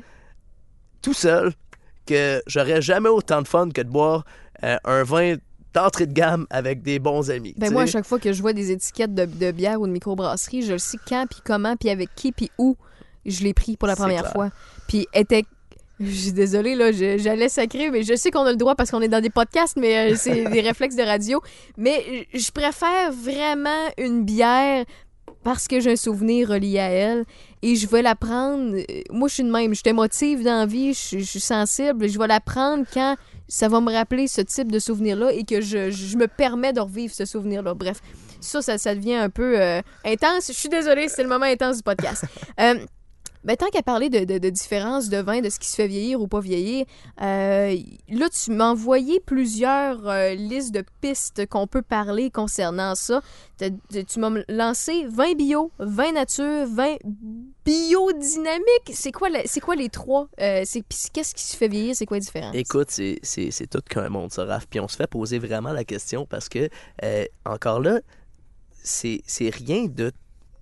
tout seul, que j'aurais jamais autant de fun que de boire euh, un vin d'entrée de gamme avec des bons amis. Ben t'sais. moi, à chaque fois que je vois des étiquettes de, de bière ou de microbrasserie, je le sais quand, puis comment, puis avec qui, puis où je l'ai pris pour la C'est première clair. fois. Puis était... Je suis désolée, là, je- j'allais sacrer, mais je sais qu'on a le droit parce qu'on est dans des podcasts, mais euh, c'est des réflexes de radio. Mais je préfère vraiment une bière parce que j'ai un souvenir relié à elle. et je vais la prendre. Moi, je suis de même. Je suis émotive dans la vie, je, je suis sensible. Je vais la prendre quand ça va me rappeler ce type de souvenir-là et que je, je me permets de revivre ce souvenir-là. Bref, ça, ça, ça devient un peu euh, intense. Je suis désolée, c'est le moment intense du podcast. euh, Ben, tant qu'à parler de, de, de différence de vin, de ce qui se fait vieillir ou pas vieillir, euh, là, tu m'as envoyé plusieurs euh, listes de pistes qu'on peut parler concernant ça. T'as, tu m'as lancé vin bio, vin nature, vin biodynamique. C'est quoi, la, c'est quoi les trois? Euh, c'est, qu'est-ce qui se fait vieillir? C'est quoi la différence? Écoute, c'est, c'est, c'est tout qu'un monde, ça, Raph. Puis on se fait poser vraiment la question parce que, euh, encore là, c'est, c'est rien de...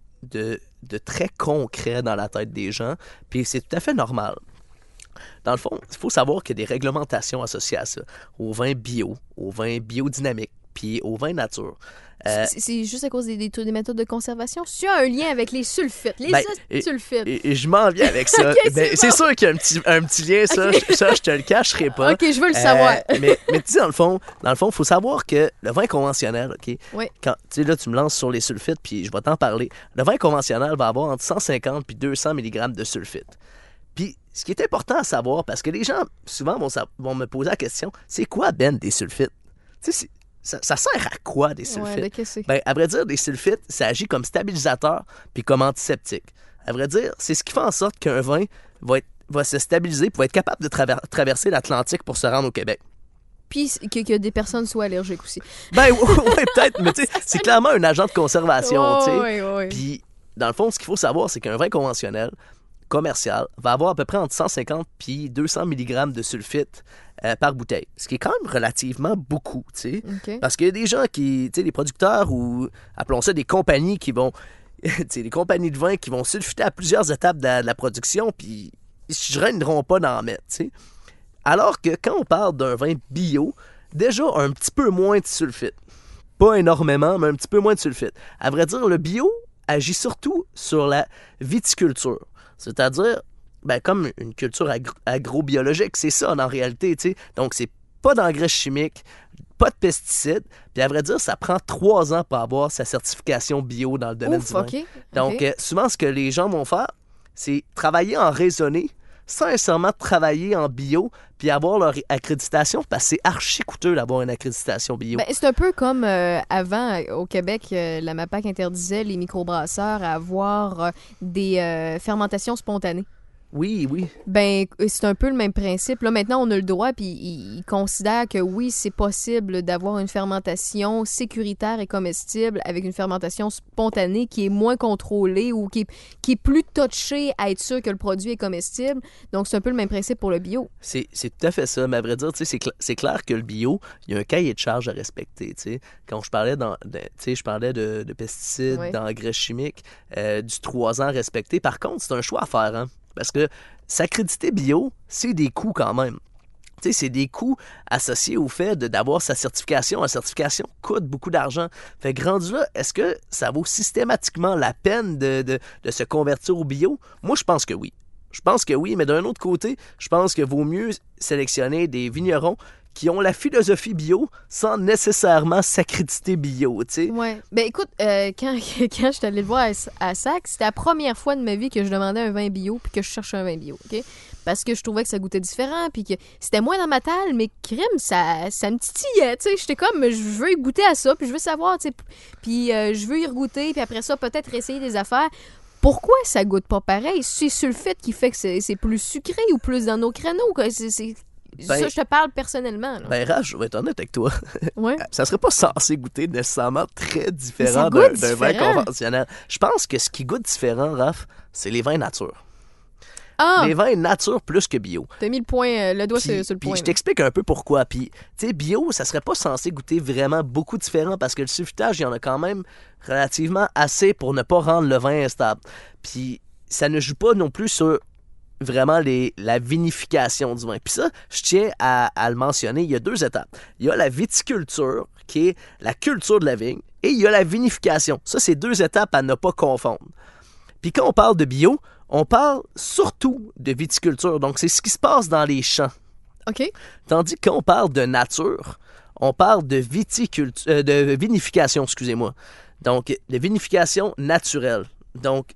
de de très concret dans la tête des gens, puis c'est tout à fait normal. Dans le fond, il faut savoir qu'il y a des réglementations associées à ça, au vin bio, au vin biodynamique, puis au vin nature. Euh, c'est, c'est juste à cause des, des, des méthodes de conservation? Tu as un lien avec les sulfites, les ben, sulfites. Et, et je m'en viens avec ça. Okay, ben, c'est, c'est sûr qu'il y a un petit, un petit lien, ça, okay. je, ça, je te le cacherai pas. OK, je veux le euh, savoir. mais mais tu sais, dans le fond, dans le fond, il faut savoir que le vin conventionnel, OK? Oui. Quand, tu sais, là, tu me lances sur les sulfites, puis je vais t'en parler. Le vin conventionnel va avoir entre cent cinquante et deux cents milligrammes de sulfite. Puis, ce qui est important à savoir, parce que les gens, souvent, vont, vont me poser la question, c'est quoi, Ben, des sulfites? Tu sais, Ça, ça sert à quoi, des sulfites? Ouais, de ben, à vrai dire, des sulfites, ça agit comme stabilisateur puis comme antiseptique. À vrai dire, c'est ce qui fait en sorte qu'un vin va, être, va se stabiliser pour être capable de traver- traverser l'Atlantique pour se rendre au Québec. Puis que, que des personnes soient allergiques aussi. Ben oui, ouais, peut-être, mais tu sais, c'est clairement un agent de conservation, oh, tu sais. Oui, oui. Puis, dans le fond, ce qu'il faut savoir, c'est qu'un vin conventionnel, commercial, va avoir à peu près entre cent cinquante puis deux cents milligrammes de sulfite euh, par bouteille. Ce qui est quand même relativement beaucoup, tu sais. Okay. Parce qu'il y a des gens qui, tu sais, des producteurs ou, appelons ça des compagnies qui vont, tu sais, des compagnies de vin qui vont sulfiter à plusieurs étapes de la, de la production, puis ils ne gêneront pas d'en mettre, tu sais. Alors que quand on parle d'un vin bio, déjà un petit peu moins de sulfite. Pas énormément, mais un petit peu moins de sulfite. À vrai dire, le bio agit surtout sur la viticulture. C'est-à-dire, ben, comme une culture agro- agrobiologique, c'est ça en réalité, tu sais. Donc, c'est pas d'engrais chimiques, pas de pesticides. Puis, à vrai dire, ça prend trois ans pour avoir sa certification bio dans le domaine Ouf, du vin. okay, Donc, okay. Euh, souvent, ce que les gens vont faire, c'est travailler en raisonné, sans nécessairement travailler en bio, puis avoir leur accréditation, parce que c'est archi coûteux d'avoir une accréditation bio. Ben, c'est un peu comme euh, avant, au Québec, euh, la MAPAC interdisait les microbrasseurs à avoir euh, des euh, fermentations spontanées. Oui, oui. Ben, c'est un peu le même principe. Là, maintenant, on a le droit, puis ils, ils considèrent que oui, c'est possible d'avoir une fermentation sécuritaire et comestible avec une fermentation spontanée qui est moins contrôlée ou qui est, qui est plus touchée à être sûr que le produit est comestible. Donc, c'est un peu le même principe pour le bio. C'est, c'est tout à fait ça. Mais à vrai dire, c'est, cl- c'est clair que le bio, il y a un cahier de charge à respecter. T'sais. Quand je parlais, dans, de, je parlais de, de pesticides, oui. d'engrais chimiques, euh, du trois ans respecté. Par contre, c'est un choix à faire, hein? Parce que s'accréditer bio, c'est des coûts quand même. Tu sais, c'est des coûts associés au fait de, d'avoir sa certification. La certification coûte beaucoup d'argent. Fait que rendu là, est-ce que ça vaut systématiquement la peine de, de, de se convertir au bio? Moi, je pense que oui. Je pense que oui, mais d'un autre côté, je pense qu'il vaut mieux sélectionner des vignerons qui ont la philosophie bio sans nécessairement s'accréditer bio, tu sais. Ouais. Ben écoute, euh, quand, quand je suis allée le voir à, à Sac, c'était la première fois de ma vie que je demandais un vin bio puis que je cherchais un vin bio, OK? Parce que je trouvais que ça goûtait différent puis que c'était moins dans ma table, mais crème, ça, ça me titillait, tu sais. J'étais comme, je veux y goûter à ça puis je veux savoir, tu sais. Puis euh, je veux y regoûter puis après ça, peut-être essayer des affaires. Pourquoi ça goûte pas pareil? C'est sulfite qui fait que c'est, c'est plus sucré ou plus dans nos créneaux, quoi. C'est... c'est... Ben, ça, je te parle personnellement. Là. Ben, Raph, je vais être honnête avec toi. Ouais. Ça serait pas censé goûter nécessairement très différent d'un, d'un vin conventionnel. Je pense que ce qui goûte différent, Raph, c'est les vins nature. Ah! Les vins nature plus que bio. T'as mis le point, euh, le doigt puis, sur, sur le puis point. Je t'explique un peu pourquoi. Puis, tu sais, bio, ça serait pas censé goûter vraiment beaucoup différent parce que le sulfitage, il y en a quand même relativement assez pour ne pas rendre le vin instable. Puis, ça ne joue pas non plus sur vraiment les, la vinification du vin. Puis ça, je tiens à, à le mentionner, il y a deux étapes. Il y a la viticulture, qui est la culture de la vigne, et il y a la vinification. Ça, c'est deux étapes à ne pas confondre. Puis quand on parle de bio, on parle surtout de viticulture. Donc, c'est ce qui se passe dans les champs. OK. Tandis que quand on parle de nature, on parle de viticulture, euh, de vinification, excusez-moi. Donc, de vinification naturelle. Donc,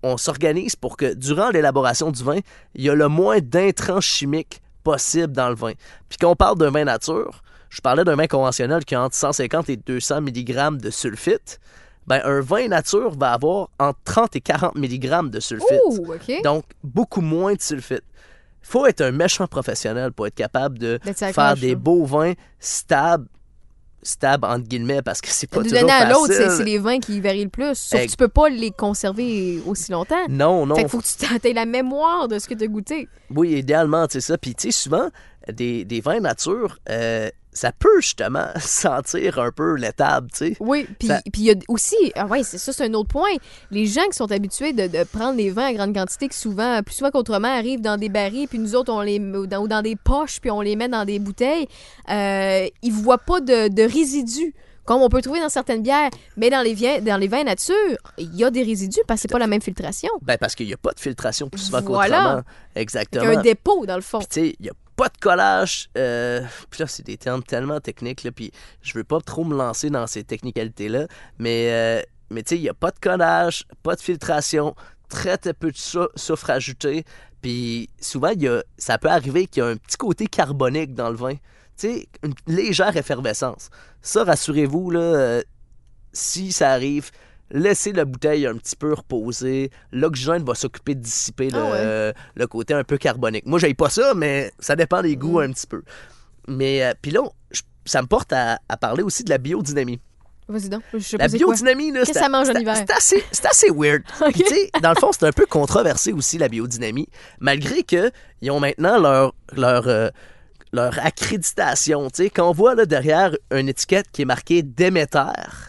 on s'organise pour que, durant l'élaboration du vin, il y a le moins d'intrants chimiques possible dans le vin. Puis quand on parle d'un vin nature, je parlais d'un vin conventionnel qui a entre cent cinquante et deux cents milligrammes de sulfite. Ben, un vin nature va avoir entre trente et quarante milligrammes de sulfite. Ouh, OK. Donc, beaucoup moins de sulfite. Il faut être un méchant professionnel pour être capable de faire des beaux vins stables, stables entre guillemets, parce que c'est pas de toujours donner à l'autre, facile. c'est, c'est les vins qui varient le plus. Sauf Hey. que tu peux pas les conserver aussi longtemps. Non, non. Fait qu'il faut que tu aies la mémoire de ce que tu as goûté. Oui, idéalement, tu sais ça. Puis, tu sais, souvent, des, des vins nature, euh, ça peut justement sentir un peu l'étable, tu sais. Oui, puis Ça- il y a aussi, ah ouais, c'est ça, c'est un autre point. Les gens qui sont habitués de, de prendre les vins à grande quantité, qui souvent, plus souvent qu'autrement, arrivent dans des barils, puis nous autres, on les ou dans, ou dans des poches, puis on les met dans des bouteilles, euh, ils voient pas de, de résidus. Comme on peut trouver dans certaines bières, mais dans les, vins, dans les vins nature, il y a des résidus parce que c'est pas la même filtration. Ben, parce qu'il n'y a pas de filtration plus souvent Voilà. qu'autrement. Il y Exactement. a un dépôt, dans le fond. Puis, tu sais, il n'y a pas de collage. Euh, puis là, c'est des termes tellement techniques, là, puis je veux pas trop me lancer dans ces technicalités-là, mais, euh, mais tu sais, il n'y a pas de collage, pas de filtration, très, très peu de sou- soufre ajouté, puis souvent, il y a, ça peut arriver qu'il y a un petit côté carbonique dans le vin. Tu sais, une légère effervescence. Ça, rassurez-vous, là, euh, si ça arrive, laissez la bouteille un petit peu reposer. L'oxygène va s'occuper de dissiper le, Ah ouais. euh, le côté un peu carbonique. Moi, j'aille pas ça, mais ça dépend des goûts Mm. un petit peu. Mais euh, puis là, je- ça me porte à, à parler aussi de la biodynamie. Vas-y donc, je sais La pas c'est quoi. biodynamie, là, Qu'est-ce que ça mange en c'est- hiver? c'est assez, c'est assez weird. Ok. Puis, tu sais, dans le fond, c'est un peu controversé aussi, la biodynamie, malgré qu'ils ont maintenant leur, leur, euh, leur accréditation. Tu sais, quand on voit là, derrière une étiquette qui est marquée Déméter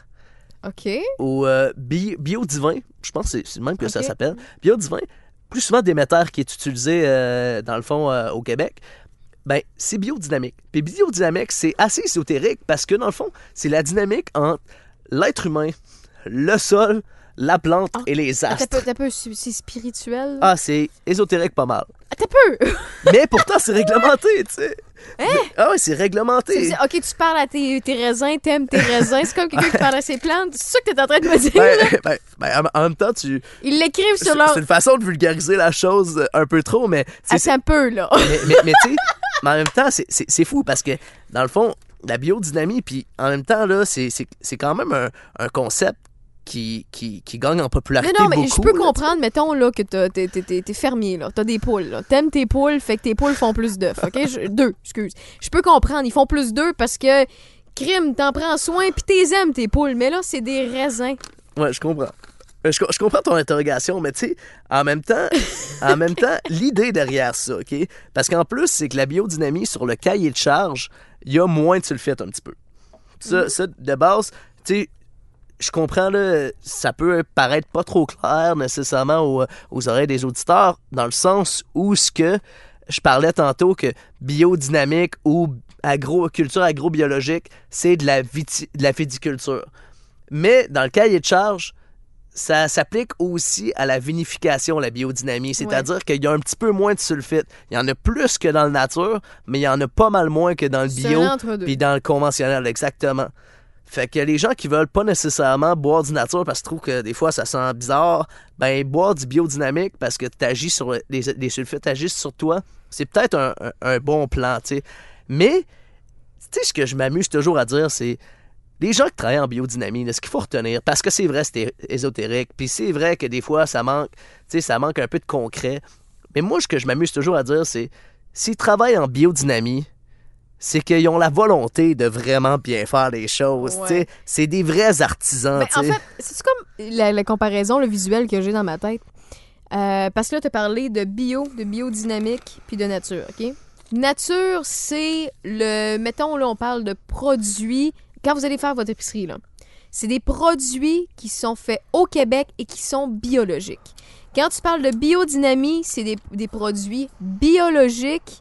OK. ou euh, bi- Biodivin, je pense que c'est, c'est le même que ça Ok. s'appelle, Biodivin, plus souvent Déméter qui est utilisé, euh, dans le fond, euh, au Québec, ben, c'est biodynamique. Puis biodynamique, c'est assez ésotérique parce que, dans le fond, c'est la dynamique entre l'être humain, le sol, la plante Ah, et les Attends un astres. peu, attends un peu, c'est c'est spirituel. Ah, c'est ésotérique pas mal. Attends un peu. Mais pourtant, c'est réglementé, tu sais. Mais- Ah ouais, c'est réglementé. C'est- c'est- OK, tu parles à tes, tes raisins, t'aimes tes raisins. C'est comme quelqu'un qui parle à ses plantes. C'est ça que t'es en train de me dire. Ben, là? ben, ben, en en même temps, tu... Ils l'écrivent c'est sur leur... c'est une façon de vulgariser la chose euh, un peu trop, mais... c'est- c'est- Attends un peu, là. mais, mais, mais tu sais, mais en même temps, c'est- c'est c'est fou parce que, dans le fond, la biodynamie, puis en même temps, là, c'est c'est- c'est quand même un, un concept qui, qui, qui gagne en popularité Non, non, mais beaucoup. je peux là, comprendre, mettons, là, que t'as- t'es, t'es, t'es, t'es fermier, là. T'as des poules, là. T'aimes tes poules, fait que tes poules font plus d'œufs, OK? Je- deux, excuse. Je peux comprendre, ils font plus d'œufs parce que, crime, t'en prends soin pis t'es aimes, tes poules. Mais là, c'est des raisins. tu sais. Ouais, je comprends. Euh, Je, co- je comprends ton interrogation, mais tu sais, en même temps, en même temps, l'idée derrière ça, OK? Parce qu'en plus, c'est que la biodynamie, sur le cahier de charge, il y a moins de sulfite un petit peu. Ça, ça de base, tu sais, je comprends, là, ça peut paraître pas trop clair nécessairement aux, aux oreilles des auditeurs, dans le sens où ce que je parlais tantôt que biodynamique ou agro, culture agrobiologique, c'est de la, viti- de la viticulture. Mais dans le cahier de charge, ça s'applique aussi à la vinification, la biodynamie. C'est-à-dire qu'il y a un petit peu moins de sulfite. Il y en a plus que dans le nature, mais il y en a pas mal moins que dans le C'est bio un entre-deux. puis dans le conventionnel, exactement. Fait que les gens qui veulent pas nécessairement boire du nature parce qu'ils trouvent que des fois ça sent bizarre, ben boire du biodynamique parce que t'agis sur les, les sulfites agissent sur toi, c'est peut-être un, un- un bon plan, tu sais. Mais, tu sais, ce que je m'amuse toujours à dire, c'est les gens qui travaillent en biodynamie, là, ce qu'il faut retenir, parce que c'est vrai, c'est é- ésotérique, puis c'est vrai que des fois ça manque, tu sais, ça manque un peu de concret. Mais moi, ce que je m'amuse toujours à dire, c'est s'ils travaillent en biodynamie, c'est qu'ils ont la volonté de vraiment bien faire les choses. Ouais. tu sais. C'est des vrais artisans. Ben, tu en sais. fait, c'est comme la, la comparaison, le visuel que j'ai dans ma tête. Euh, parce que là, tu as parlé de bio, de biodynamique, puis de nature, OK? Nature, c'est le... Mettons, là, on parle de produits... Quand vous allez faire votre épicerie, là, c'est des produits qui sont faits au Québec et qui sont biologiques. Quand tu parles de biodynamie, c'est des, des produits biologiques,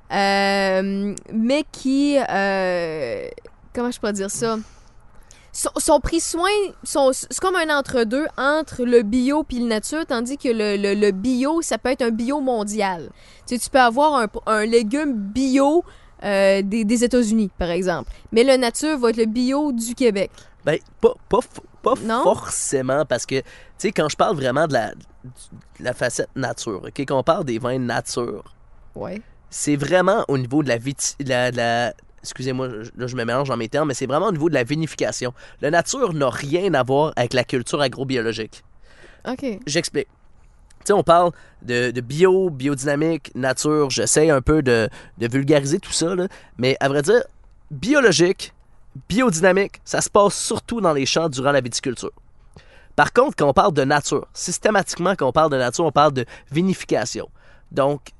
euh, mais qui... euh, comment je pourrais dire ça? Sont, sont pris soin, sont, c'est comme un entre-deux entre le bio puis le nature, tandis que le, le, le bio, ça peut être un bio mondial. Tu sais, tu peux avoir un, un légume bio euh, des, des États-Unis, par exemple. Mais le nature va être le bio du Québec. Ben, pas, pas, pas Non? forcément, parce que, tu sais, quand je parle vraiment de la, de la facette nature, OK, quand on parle des vins nature, Ouais. c'est vraiment au niveau de la, viti- la, la excusez-moi, là je me mélange dans mes termes, mais c'est vraiment au niveau de la vinification. La nature n'a rien à voir avec la culture agrobiologique. OK. J'explique. Tu sais, on parle de, de bio, biodynamique, nature, j'essaie un peu de, de vulgariser tout ça, là, mais à vrai dire, biologique, biodynamique, ça se passe surtout dans les champs durant la viticulture. Par contre, quand on parle de nature, systématiquement, quand on parle de nature, on parle de vinification. Donc,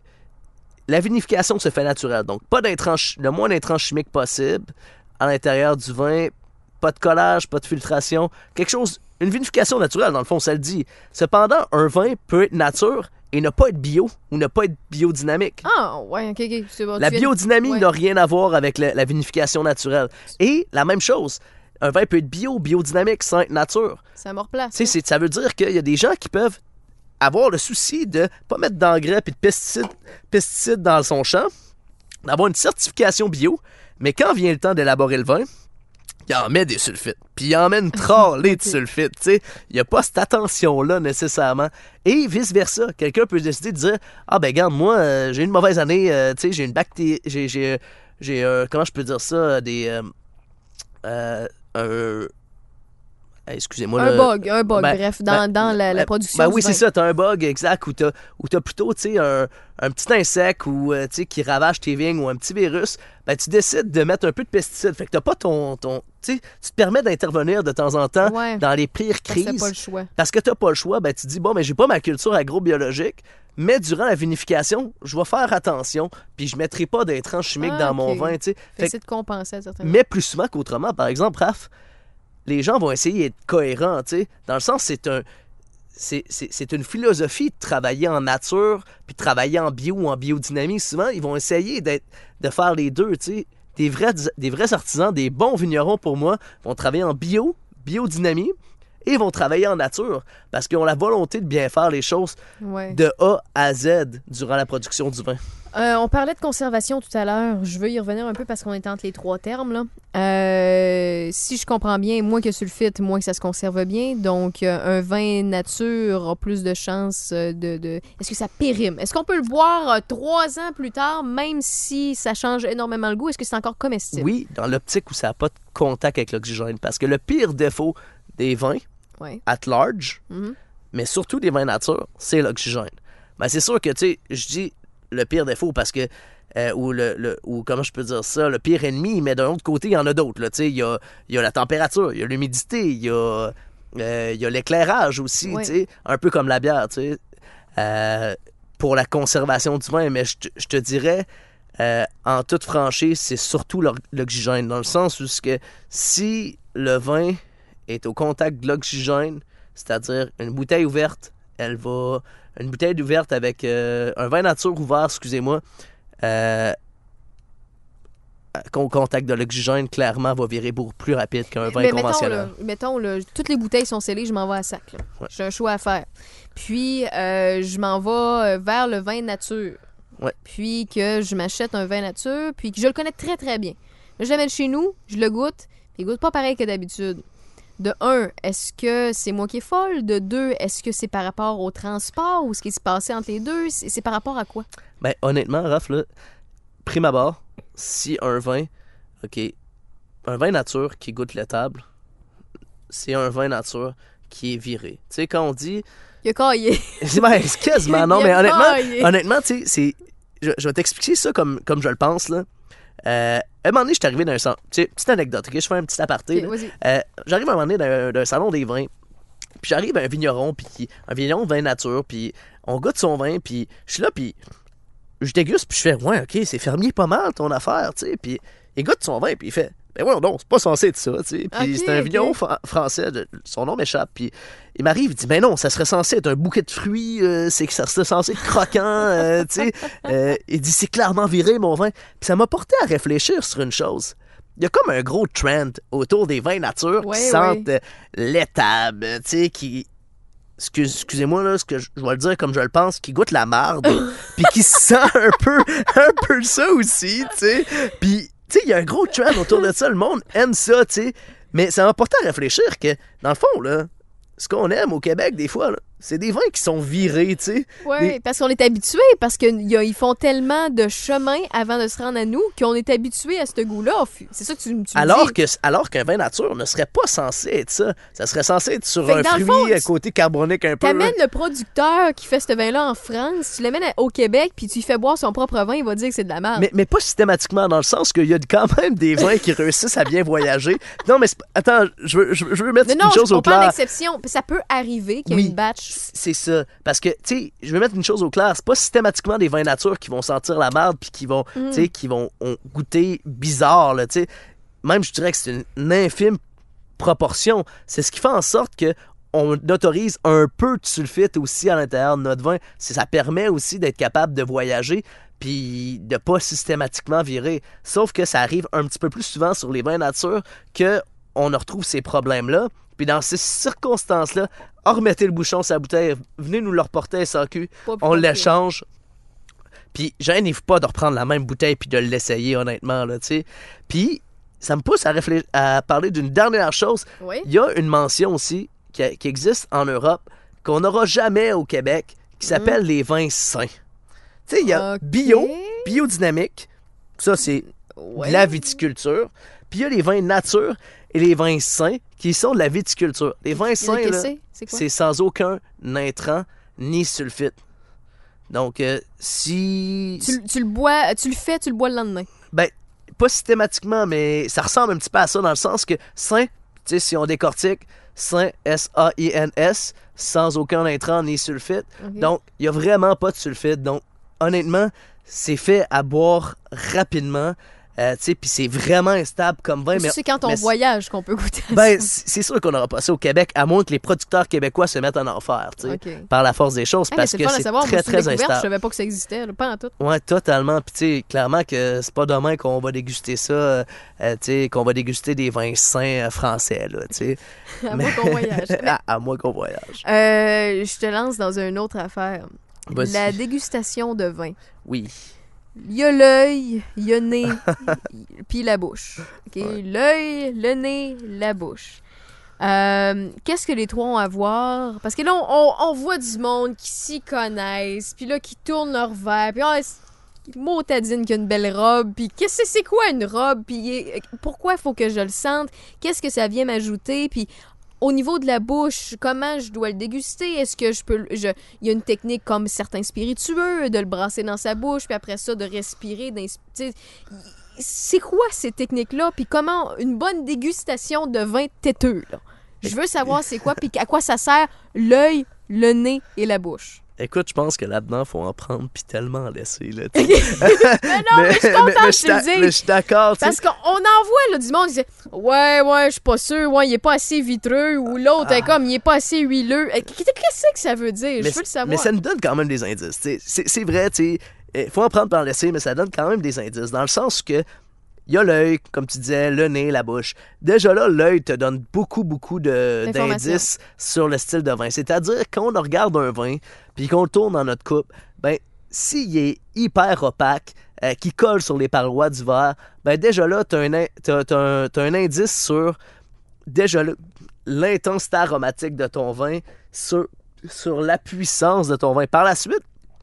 la vinification se fait naturelle. Donc, pas d'intrants, le moins d'intrants chimiques possible à l'intérieur du vin, pas de collage, pas de filtration, quelque chose, une vinification naturelle, dans le fond, ça le dit. Cependant, un vin peut être nature et ne pas être bio ou ne pas être biodynamique. Ah, ouais, OK, OK. C'est bon, La tu viens de- biodynamie ouais. n'a rien à voir avec la, la vinification naturelle. Et la même chose, un vin peut être bio, biodynamique sans être nature. Ça me replace. Tu sais, c'est- ça veut dire qu'il y a des gens qui peuvent avoir le souci de pas mettre d'engrais et de pesticides, pesticides dans son champ, d'avoir une certification bio, mais quand vient le temps d'élaborer le vin, il en met des sulfites. Puis il en met une tralée de sulfites. Tu sais, il n'y a pas cette attention-là nécessairement. Et vice-versa. Quelqu'un peut décider de dire ah ben regarde, moi, euh, j'ai eu une mauvaise année, euh, tu sais, j'ai une bactérie. J'ai. j'ai, j'ai euh, comment je peux dire ça? Des. Euh, euh, un. Excusez-moi. Un là. bug, un bug, Ben, bref, dans, ben, dans la, la ben, production. Ben du oui, vin. c'est ça, t'as un bug exact où t'as, où t'as plutôt, tu sais, un, un petit insecte ou, euh, tu sais, qui ravage tes vignes ou un petit virus, ben tu décides de mettre un peu de pesticides. Fait que t'as pas ton, ton tu sais, tu te permets d'intervenir de temps en temps Ouais. dans les pires Parce que crises. t'as pas le choix. Parce que t'as pas le choix, ben tu dis, bon, mais j'ai pas ma culture agrobiologique, mais durant la vinification, je vais faire attention, puis je mettrai pas d'intrants chimiques Ah, dans mon ok. vin, tu sais. Fait Fait essayer de compenser à certains mais plus souvent qu'autrement. Par exemple, Raph, les gens vont essayer d'être cohérents, tu sais. Dans le sens, c'est un... C'est, c'est, c'est une philosophie de travailler en nature, puis de travailler en bio ou en biodynamie. Souvent, ils vont essayer d'être, de faire les deux, tu sais. Des vrais, des vrais artisans, des bons vignerons, pour moi, vont travailler en bio, biodynamie, et vont travailler en nature, parce qu'ils ont la volonté de bien faire les choses Ouais. de A à Z durant la production du vin. Euh, on parlait de conservation tout à l'heure. Je veux y revenir un peu parce qu'on est entre les trois termes. Là. Euh, si je comprends bien, moins que sulfite, moins que ça se conserve bien. Donc, euh, un vin nature a plus de chances de, de... Est-ce que ça périme? Est-ce qu'on peut le boire euh, trois ans plus tard, même si ça change énormément le goût? Est-ce que c'est encore comestible? Oui, dans l'optique où ça n'a pas de contact avec l'oxygène, parce que le pire défaut des vins, Ouais. at large, Mhm. mais surtout des vins nature, c'est l'oxygène. Ben, c'est sûr que, tu sais, je dis le pire défaut parce que, euh, ou, le, le, ou comment je peux dire ça, le pire ennemi, mais d'un autre côté, il y en a d'autres. Tu sais, il y a, il y a la température, il y a l'humidité, il y a, euh, il y a l'éclairage aussi, Ouais. tu sais, un peu comme la bière, tu sais, euh, pour la conservation du vin. Mais je te- je te dirais, euh, en toute franchise, c'est surtout l'or- l'oxygène, dans le sens où ce que si le vin est au contact de l'oxygène, c'est-à-dire une bouteille ouverte, elle va... Une bouteille ouverte avec euh, un vin nature ouvert, excusez-moi, euh, au contact de l'oxygène, clairement, va virer beaucoup plus rapide qu'un vin Mais mettons, conventionnel. là, mettons là, toutes les bouteilles sont scellées, je m'en vais à sac. là. Ouais. J'ai un choix à faire. Puis, euh, je m'en vais euh, vers le vin nature. Ouais. Puis que je m'achète un vin nature, puis que je le connais très, très bien. Là, je l'amène chez nous, je le goûte, puis il goûte pas pareil que d'habitude. De un, est-ce que c'est moi qui est folle? De deux, est-ce que c'est par rapport au transport ou ce qui s'est passé entre les deux? C'est, c'est par rapport à quoi? Ben, honnêtement, Raph, là, prime abord, si un vin, OK, un vin nature qui goûte l'étable, c'est un vin nature qui est viré. Tu sais, quand on dit... Il a caillé. C'est ben, c'est quasiment, non, Il mais a honnêtement, caillé. honnêtement, tu sais, c'est... Je, je vais t'expliquer ça comme, comme je le pense, là. Euh, à un moment donné, je suis arrivé dans un salon... Tu sais, petite anecdote, OK? Je fais un petit aparté, Ok, là. vas-y. Euh, j'arrive à un moment donné d'un, d'un salon des vins, puis j'arrive à un vigneron, puis un vigneron de vin nature, puis on goûte son vin, puis je suis là, puis je déguste, puis je fais « Ouais, OK, c'est fermier pas mal, ton affaire, tu sais. » Puis il goûte son vin, puis il fait « Ben ouais, non, c'est pas censé être ça, tu sais. » Puis Ok, c'est un ok. vigneron fra- français, de- son nom m'échappe, puis il m'arrive, il dit « Ben non, ça serait censé être un bouquet de fruits, euh, c'est que ça serait censé être croquant, euh, tu sais. Euh, il dit « C'est clairement viré, mon vin. » Puis ça m'a porté à réfléchir sur une chose. Il y a comme un gros trend autour des vins nature Ouais, qui ouais. sentent euh, l'étable, tu sais, qui... Excuse, excusez-moi, là, ce que je, je vais le dire comme je le pense, qui goûte la marde, puis qui sent un peu, un peu ça aussi, tu sais. Puis, tu sais, il y a un gros trend autour de ça, le monde aime ça, tu sais. Mais ça m'a porté à réfléchir que, dans le fond, là, ce qu'on aime au Québec, des fois, là, c'est des vins qui sont virés, tu sais. Oui, des... parce qu'on est habitué, parce qu'ils font tellement de chemin avant de se rendre à nous qu'on est habitué à ce goût-là. C'est ça que tu, tu alors me dis. Que, alors qu'un vin nature ne serait pas censé être ça. Ça serait censé être sur fait un fruit fond, à côté carbonique un peu. T'amènes le producteur qui fait ce vin-là en France, tu l'amènes au Québec, puis tu lui fais boire son propre vin, il va dire que c'est de la merde. Mais, mais pas systématiquement, dans le sens qu'il y a quand même des vins qui réussissent à bien voyager. Non, mais attends, je veux, je veux, je veux mettre non, une non, chose on au clair. parle d'exception. Ça peut arriver qu'il y ait Oui, une batch. c'est ça. Parce que, tu sais, je vais mettre une chose au clair. C'est pas systématiquement des vins nature qui vont sentir la merde puis qui vont, Mm. tu sais, qui vont on, goûter bizarre, là, tu sais. Même, je dirais que c'est une, une infime proportion. C'est ce qui fait en sorte que on autorise un peu de sulfite aussi à l'intérieur de notre vin. C'est- Ça permet aussi d'être capable de voyager puis de pas systématiquement virer. Sauf que ça arrive un petit peu plus souvent sur les vins nature que on retrouve ces problèmes-là. Puis dans ces circonstances-là, remettez le bouchon sur la bouteille, venez nous le reporter à S A Q, Pas plus on compliqué. l'échange. Puis gênez-vous pas de reprendre la même bouteille puis de l'essayer, honnêtement, là, tu sais. Puis ça me pousse à, réfléch- à parler d'une dernière chose. Oui. Il y a une mention aussi qui, qui existe en Europe qu'on n'aura jamais au Québec qui s'appelle les vins sains. Tu sais, il y a Ok. bio, biodynamique, ça c'est Ouais. de la viticulture. Puis il y a les vins nature et les vins sains qui sont de la viticulture. Les vins sains, Qu'est-ce que là, c'est? C'est quoi? c'est sans aucun intrant ni sulfite. Donc, euh, si... Tu, tu le bois, tu le fais, tu le bois le lendemain. Ben, pas systématiquement, mais ça ressemble un petit peu à ça dans le sens que sain, tu sais, si on décortique, sain, S A I N S, sans aucun intrant ni sulfite. Ok. Donc, il n'y a vraiment pas de sulfite. Donc, honnêtement, c'est fait à boire rapidement. Euh, tu sais, puis c'est vraiment instable comme vin. Mais, c'est quand on mais- voyage qu'on peut goûter à Ben, ça. c'est c'est sûr qu'on n'aura pas ça au Québec, à moins que les producteurs québécois se mettent en enfer, tu sais, Ok. par la force des choses, Ah, mais parce c'est que le fun à c'est savoir. très, Moi, c'est une très découverte, je instable. savais pas que ça existait, là, pas en tout. Ouais, totalement. Puis, tu sais, clairement que c'est pas demain qu'on va déguster ça, euh, euh, tu sais, qu'on va déguster des vins sains euh, français, là, tu sais. À Mais- moins qu'on voyage. Mais, à, à moins qu'on voyage. euh, je te lance dans une autre affaire. Vas-y. La dégustation de vin. Oui. Il y a l'œil, il y a le nez, puis la bouche. OK? L'œil, le nez, la bouche. Euh, Qu'est-ce que les trois ont à voir? Parce que là, on, on- on voit du monde qui s'y connaissent, puis là, qui tournent leur verre, puis ah, c'est- motadine qui a une belle robe, puis qu'est-ce que c'est quoi une robe, puis euh, pourquoi il faut que je le sente? Qu'est-ce que ça vient m'ajouter? Puis au niveau de la bouche, comment je dois le déguster? Est-ce que je peux... le- je- Il y a une technique comme certains spiritueux, de le brasser dans sa bouche, puis après ça, de respirer. d'ins- tu sais, c'est quoi ces techniques-là? Puis comment une bonne dégustation de vin têteux, là? Je veux savoir c'est quoi, puis à quoi ça sert l'œil, le nez et la bouche. Écoute, je pense que là-dedans, faut en prendre puis tellement en laisser, là, tu sais. Mais non, mais, je suis contente mais que je tu le t'a- mais je dises. suis d'accord, tu sais. Parce qu'on on en voit là, du monde qui dit ouais, ouais, je suis pas sûr, ouais, il est pas assez vitreux, ou l'autre est comme il est pas assez huileux. Eh, Qu'est-ce que ça veut dire? Mais, Je veux le savoir. mais ça nous donne quand même des indices. tu sais. C'est c'est vrai, tu sais. Il faut en prendre pour en laisser, mais ça donne quand même des indices. Dans le sens que il y a l'œil, comme tu disais, le nez, la bouche. Déjà là, l'œil te donne beaucoup, beaucoup de- D'informations. d'indices sur le style de vin. C'est-à-dire, quand on regarde un vin, puis qu'on le tourne dans notre coupe, ben, s'il est hyper opaque, euh, qui colle sur les parois du verre, ben déjà là, tu as un, in- t'as- t'as un, t'as un indice sur déjà là, l'intensité aromatique de ton vin, sur, sur la puissance de ton vin. Par la suite,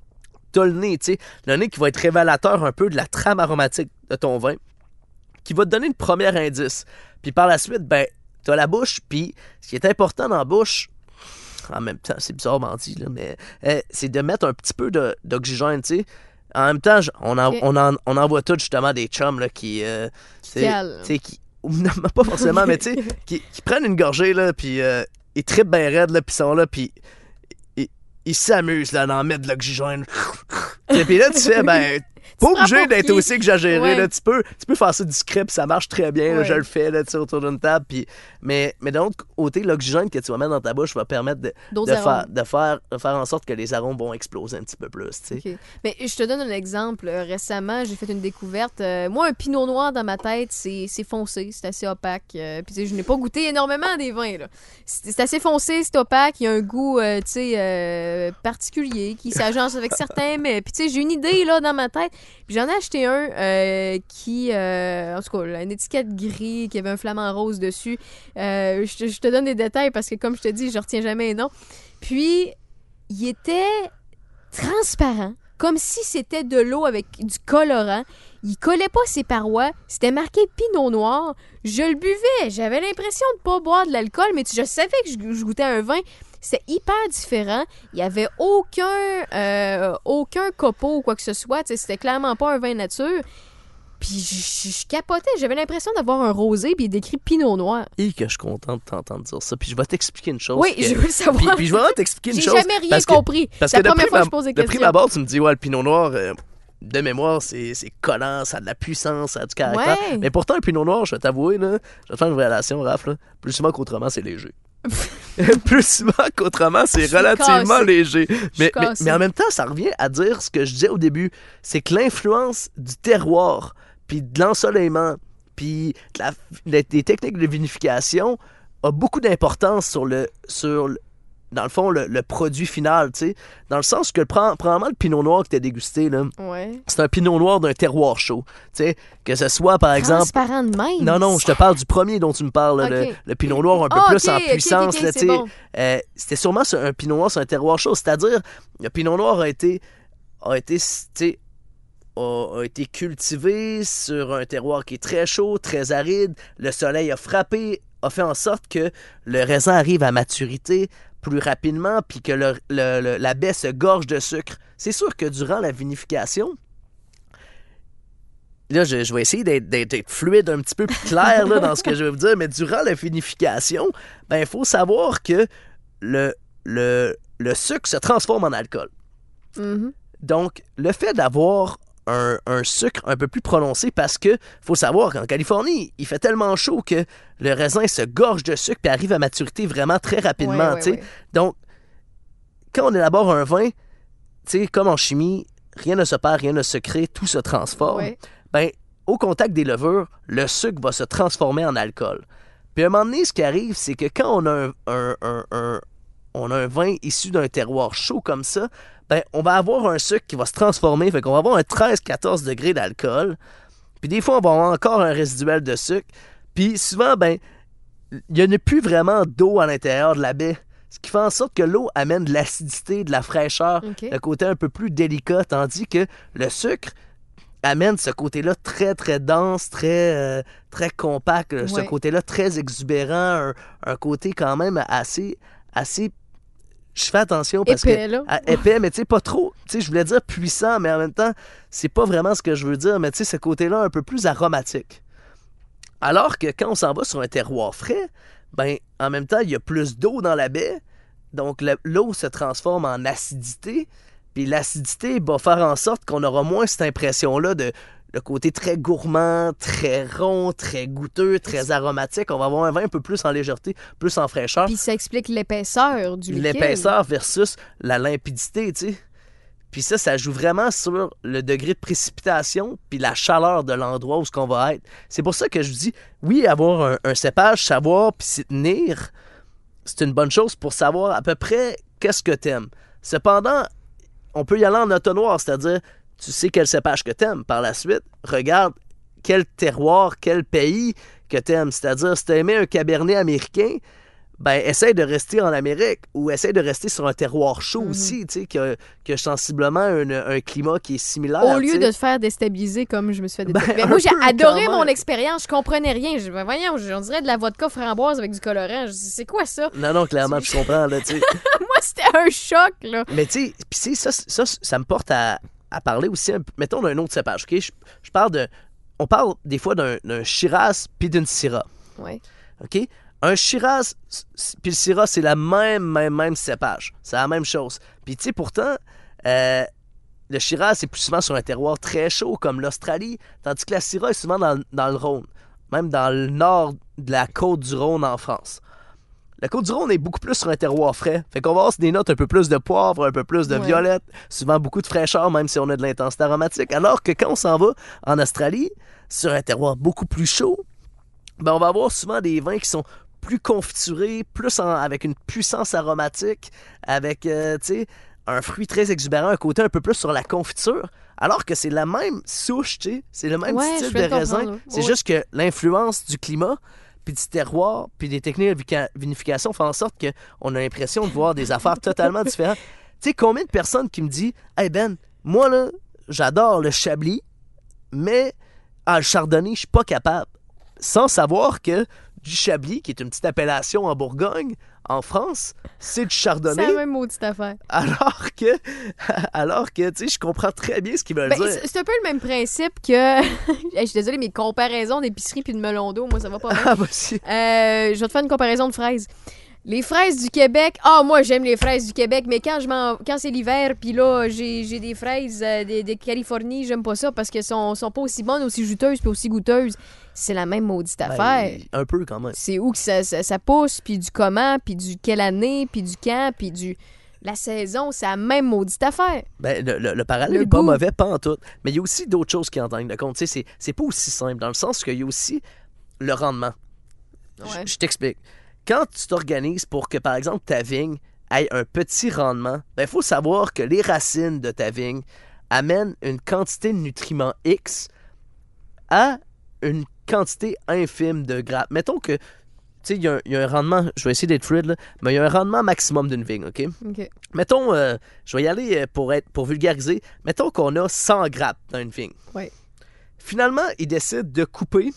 tu as le nez, tu sais, le nez qui va être révélateur un peu de la trame aromatique de ton vin, qui va te donner le premier indice. Puis par la suite, ben, tu as la bouche, puis ce qui est important dans la bouche, en même temps, c'est bizarrement dit, là, mais euh, c'est de mettre un petit peu de- d'oxygène, tu sais. En même temps, j- on en, Ok. on en, on en voit tous justement des chums là, qui... euh, tu sais, calent. tu sais, qui... Non, pas forcément, mais tu sais, qui, qui prennent une gorgée, là, puis euh, ils trippent bien raide, là, puis ils sont là, puis ils, ils s'amusent, là, d'en mettre de l'oxygène. Puis là, tu fais, ben... Pas prends obligé pour d'être qui? aussi exagéré, Ouais. là. Tu peux, tu peux faire ça discret, puis ça marche très bien, là, Ouais. je le fais, là, tu sais, autour d'une table, puis... Mais, mais d'un autre côté, l'oxygène que tu vas mettre dans ta bouche va permettre de, D'autres de, arômes. faire, de, faire, de faire en sorte que les arômes vont exploser un petit peu plus, tu sais. OK. Mais je te donne un exemple. Euh, Récemment, j'ai fait une découverte. Euh, moi, un pinot noir dans ma tête, c'est c'est foncé, c'est assez opaque. Euh, Puis tu sais, je n'ai pas goûté énormément des vins, là. C'est c'est assez foncé, c'est opaque. Il y a un goût, euh, tu sais, euh, particulier qui s'agence avec certains mets. Puis tu sais, j'ai une idée, là, dans ma tête. Puis j'en ai acheté un euh, qui, euh, en tout cas, une étiquette gris, qui avait un flamant rose dessus. Euh, je, te, je te donne des détails parce que, comme je te dis, je retiens jamais les noms. Puis, il était transparent, comme si c'était de l'eau avec du colorant. Il collait pas ses parois. C'était marqué Pinot Noir. Je le buvais. J'avais l'impression de pas boire de l'alcool, mais je savais que je, je goûtais un vin. C'était hyper différent. Il n'y avait aucun, euh, aucun copeau ou quoi que ce soit. T'sais, c'était clairement pas un vin nature. Puis je, je, je capotais. J'avais l'impression d'avoir un rosé, puis il décrit Pinot Noir. Et que je suis content de t'entendre dire ça. Puis je vais t'expliquer une chose. Oui, que... je veux le savoir. Puis, puis je vais vraiment t'expliquer une J'ai chose. J'ai jamais rien parce compris. Que, parce C'est que la première fois ma, que je pose des de questions. prime abord, tu me dis, ouais, le Pinot Noir, euh, de mémoire, c'est, c'est collant, ça a de la puissance, ça a du caractère. Ouais. Mais pourtant, un Pinot Noir, je vais t'avouer, là, je vais te faire une relation, Raph, là, plus souvent qu'autrement, c'est léger. Plus souvent qu'autrement, c'est relativement cassée. léger. Mais, mais, cassée. mais en même temps, ça revient à dire ce que je disais au début. C'est que l'influence du terroir, puis de l'ensoleillement, puis de la, la- des techniques de vinification a beaucoup d'importance sur le, sur le- dans le fond, le, le produit final, tu sais. Dans le sens que, pre- probablement, le pinot noir que tu as dégusté, là, Ouais. c'est un pinot noir d'un terroir chaud. Tu sais, que ce soit, par exemple... Transparent de même. Non, non, je te parle du premier dont tu me parles, là, Ok. le, le pinot noir un peu Ah, plus ok, en ok, puissance. ok, là, c'est tu sais. bon. Euh, c'était sûrement sur un pinot noir sur un terroir chaud. C'est-à-dire, le pinot noir a été, a été, tu sais, a, a été cultivé sur un terroir qui est très chaud, très aride. Le soleil a frappé, a fait en sorte que le raisin arrive à maturité plus rapidement, puis que le, le- le- la baie se gorge de sucre. C'est sûr que durant la vinification, là, je, je vais essayer d'être, d'être- d'être fluide un petit peu plus clair là, dans ce que je vais vous dire, mais durant la vinification, ben, il faut savoir que le, le, le sucre se transforme en alcool. Mhm. Donc, le fait d'avoir un, un sucre un peu plus prononcé, parce que faut savoir qu'en Californie, il fait tellement chaud que le raisin se gorge de sucre et arrive à maturité vraiment très rapidement. Ouais, ouais, tu sais. ouais. Donc, quand on élabore un vin, tu sais, comme en chimie, rien ne se perd, rien ne se crée, tout se transforme. Ouais. Ben, au contact des levures, le sucre va se transformer en alcool. Puis à un moment donné, ce qui arrive, c'est que quand on a un, un- un- un- on a un vin issu d'un terroir chaud comme ça, ben, on va avoir un sucre qui va se transformer, fait qu'on va avoir un treize à quatorze degrés d'alcool. Puis des fois, on va avoir encore un résiduel de sucre. Puis souvent, ben, il n'y a plus vraiment d'eau à l'intérieur de la baie. Ce qui fait en sorte que l'eau amène de l'acidité, de la fraîcheur, Ok. le côté un peu plus délicat, tandis que le sucre amène ce côté-là très, très dense, très, euh, très compact, euh, ce Ouais. côté-là très exubérant, un, un côté quand même assez, assez... Je fais attention parce Épais, que... là. à- épais, mais tu sais, pas trop. Tu sais, je voulais dire puissant, mais en même temps, c'est pas vraiment ce que je veux dire, mais tu sais, ce côté-là un peu plus aromatique. Alors que quand on s'en va sur un terroir frais, ben, en même temps, il y a plus d'eau dans la baie, donc le- l'eau se transforme en acidité, puis l'acidité va faire en sorte qu'on aura moins cette impression-là de le côté très gourmand, très rond, très goûteux, très aromatique. On va avoir un vin un peu plus en légèreté, plus en fraîcheur. Puis ça explique l'épaisseur du liquide. L'épaisseur versus la limpidité, tu sais. Puis ça, ça joue vraiment sur le degré de précipitation puis la chaleur de l'endroit où ce qu'on va être. C'est pour ça que je vous dis, oui, avoir un, un cépage, savoir puis s'y tenir, c'est une bonne chose pour savoir à peu près qu'est-ce que t'aimes. Cependant, on peut y aller en entonnoir, c'est-à-dire, tu sais quel cépage que t'aimes. Par la suite, regarde quel terroir, quel pays que t'aimes. C'est-à-dire, si t'as aimé un cabernet américain, ben, essaye de rester en Amérique ou essaye de rester sur un terroir chaud Mhm. aussi, tu sais, qui a, qui a sensiblement un, un climat qui est similaire. Au tu lieu sais. de te faire déstabiliser comme je me suis fait Ben, déstabiliser. un moi, j'ai peu, adoré quand mon même. expérience. Je comprenais rien. Je, ben, voyons, on dirait de la vodka framboise avec du colorant. Je dis, c'est quoi ça? Non, non, clairement, je comprends, là, tu sais. Moi, c'était un choc, là. Mais tu sais, puis tu sais, ça, ça, ça me porte à, à parler aussi, un peu- mettons, d'un autre cépage, OK? Je, je parle de... On parle des fois d'un, d'un Shiraz puis d'une Syrah, Ouais. OK? Un Shiraz puis le Syrah, c'est la même, même, même cépage. C'est la même chose. Puis tu sais, pourtant, euh, le Shiraz, c'est plus souvent sur un terroir très chaud, comme l'Australie, tandis que la Syrah est souvent dans, dans le Rhône, même dans le nord de la côte du Rhône en France. La côte du Rhône est beaucoup plus sur un terroir frais. Fait qu'on va avoir des notes un peu plus de poivre, un peu plus de Ouais. violette, souvent beaucoup de fraîcheur, même si on a de l'intensité aromatique. Alors que quand on s'en va en Australie, sur un terroir beaucoup plus chaud, ben on va avoir souvent des vins qui sont plus confiturés, plus en- avec une puissance aromatique, avec, euh, tu sais, un fruit très exubérant, un côté un peu plus sur la confiture, alors que c'est la même souche, tu sais, c'est le même Ouais, style je de viens de raisin. comprendre. C'est Ouais. juste que l'influence du climat, puis du terroir, puis des techniques de vica- vinification font en sorte qu'on a l'impression de voir des affaires totalement différentes. Tu sais, combien de personnes qui me disent « Hey Ben, moi là, j'adore le Chablis, mais ah, le Chardonnay, je suis pas capable. » Sans savoir que du Chablis, qui est une petite appellation en Bourgogne, en France, c'est du Chardonnay. C'est la même maudite affaire. Alors que, alors que, tu sais, je comprends très bien ce qu'ils veulent Ben, dire. c'est c'est un peu le même principe que... Hey, je suis désolée, mes comparaisons d'épicerie puis de melon d'eau, moi, ça va pas bien. Ah, bah si. Euh, je vais te faire une comparaison de fraises. Les fraises du Québec, ah, moi, j'aime les fraises du Québec, mais quand je m'en... quand c'est l'hiver, puis là, j'ai, j'ai des fraises euh, de, de Californie, j'aime pas ça parce qu'elles sont, sont pas aussi bonnes, aussi juteuses, puis aussi goûteuses. C'est la même maudite affaire. Ben, un peu quand même. C'est où que ça, ça, ça pousse, puis du comment, puis du quelle année, puis du quand, puis du... La saison, c'est la même maudite affaire. Ben, le, le, le parallèle Le n'est pas goût. mauvais, pas en tout. Mais il y a aussi d'autres choses qui en tiennent de compte. Tu sais, c'est, c'est pas aussi simple, dans le sens qu'il y a aussi le rendement. Ouais. Je, je t'explique. Quand tu t'organises pour que, par exemple, ta vigne ait un petit rendement, ben, il faut savoir que les racines de ta vigne amènent une quantité de nutriments X à une quantité infime de grappes. Mettons que, tu sais, il y, a un- il y a un rendement, je vais essayer d'être fluide, là, mais il y a un rendement maximum d'une vigne, OK? OK. Mettons, euh, je vais y aller euh, pour, être, pour vulgariser, mettons qu'on a cent grappes dans une vigne. Ouais. Finalement, ils décident de couper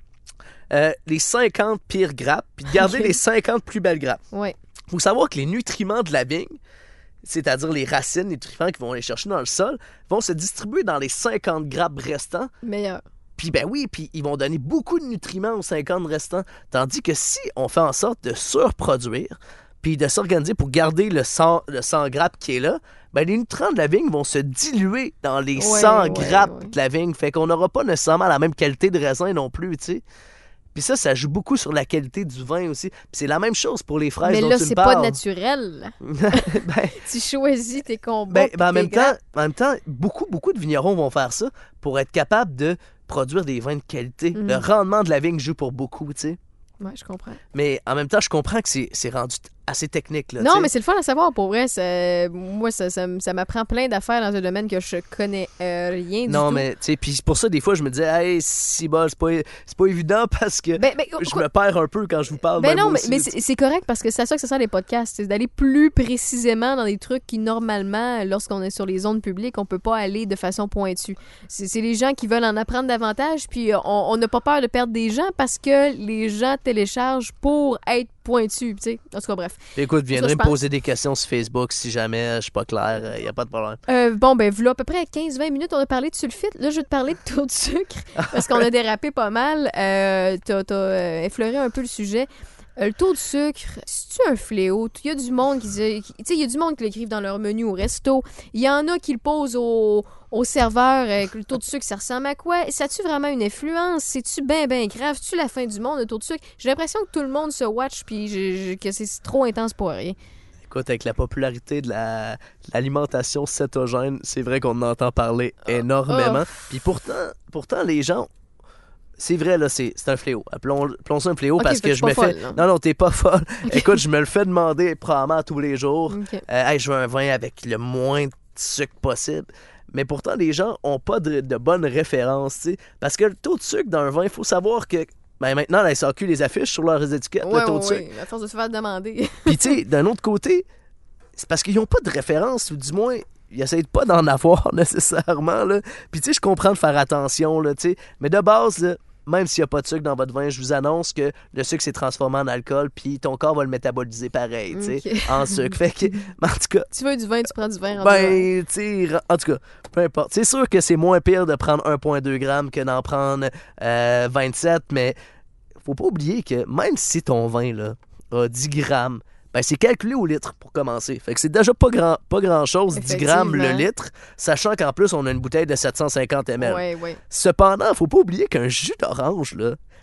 euh, les cinquante pires grappes puis de garder Ok. les cinquante plus belles grappes. Ouais. Il faut savoir que les nutriments de la vigne, c'est-à-dire les racines, les nutriments qui vont aller chercher dans le sol, vont se distribuer dans les cinquante grappes restants. Meilleur. Puis ben oui, puis ils vont donner beaucoup de nutriments aux cinquante restants. Tandis que si on fait en sorte de surproduire, puis de s'organiser pour garder le cent, le cent grappes qui est là, ben les nutriments de la vigne vont se diluer dans les Ouais, cent ouais, grappes ouais. de la vigne. Fait qu'on n'aura pas nécessairement la même qualité de raisin non plus, tu sais. Puis ça, ça joue beaucoup sur la qualité du vin aussi. Puis c'est la même chose pour les fraises Mais dont là, tu me c'est pas parles. naturel. ben, Tu choisis tes combats. ben, puis ben, en, tes même temps, grappes. en même temps, beaucoup, beaucoup de vignerons vont faire ça pour être capables de produire des vins de qualité. Mhm. Le rendement de la vigne joue pour beaucoup, tu sais. Ouais, je comprends. Mais en même temps, je comprends que c'est, c'est rendu t- assez technique. Là, Non, tu sais. mais c'est le fun à savoir. Pour vrai, ça- moi, ça, ça, m- ça m'apprend plein d'affaires dans un domaine que je connais euh, rien du Non, tout. mais tu sais, puis pour ça, des fois, je me disais, hey, si bol, c'est pas, c'est pas évident parce que Ben, ben, je quoi- me perds un peu quand je vous parle. Ben même non, mais, aussi, mais là, tu sais. c'est c'est correct parce que c'est à ça que ça sert les podcasts. C'est d'aller plus précisément dans des trucs qui, normalement, lorsqu'on est sur les zones publiques, on peut pas aller de façon pointue. C'est c'est les gens qui veulent en apprendre davantage, puis euh, on on n'a pas peur de perdre des gens parce que les gens téléchargent pour être pointus, tu sais. En tout cas, bref. Écoute, viendrez je me pense. poser des questions sur Facebook si jamais euh, je suis pas clair, il n'y a pas de problème. Euh, bon, ben, voilà, à peu près quinze vingt minutes, on a parlé de sulfite. Là, je vais te parler de taux de sucre parce qu'on a dérapé pas mal. Euh, t'as t'as, euh, effleuré un peu le sujet. Euh, le taux de sucre, c'est-tu un fléau? Il y a du monde qui, dit- qui- tu sais, il y a du monde qui l'écrivent dans leur menu au resto. Il y en a qui le posent au, au serveur. euh, que le taux de sucre, ça ressemble à quoi? Ça a-tu vraiment une influence? C'est-tu bien, bien grave? C'est-tu la fin du monde, le taux de sucre? J'ai l'impression que tout le monde se watch puis je- je- que c'est trop intense pour rien. Écoute, avec la popularité de la, de l'alimentation cétogène, c'est vrai qu'on en entend parler énormément. Oh. Puis pourtant, pourtant, les gens, c'est vrai, là, c'est, c'est un fléau. Appelons, appelons ça un fléau Ok, parce fait que que je je me suis pas fais. folle, là. Non, non, t'es pas folle. Écoute, je me le fais demander probablement tous les jours. OK. Euh, hey, je veux un vin avec le moins de sucre possible. Mais pourtant, les gens ont pas de, de bonnes références, tu sais. Parce que le taux de sucre dans un vin, il faut savoir que. Ben maintenant, la S A Q les affiche sur leurs étiquettes, Ouais, le taux de ouais, sucre. ouais. À force de se faire demander. Puis, tu sais, d'un autre côté, c'est parce qu'ils n'ont pas de référence, ou du moins, ils n'essayent pas d'en avoir nécessairement, là. Puis, tu sais, je comprends de faire attention, là, tu sais. Mais de base, là, même s'il n'y a pas de sucre dans votre vin, je vous annonce que le sucre s'est transformé en alcool, puis ton corps va le métaboliser pareil, tu sais, Ok. en sucre. Fait que, en tout cas, Tu veux du vin, tu prends du vin. rendu là. ben, tu sais, en tout cas, peu importe. C'est sûr que c'est moins pire de prendre un virgule deux grammes que d'en prendre euh, vingt-sept, mais faut pas oublier que même si ton vin là, a dix grammes, ben c'est calculé au litre pour commencer. Fait que c'est déjà pas grand, pas grand chose, dix grammes le Effectivement. litre, sachant qu'en plus on a une bouteille de sept cent cinquante millilitres. Ouais, ouais. Cependant, faut pas oublier qu'un jus d'orange, là,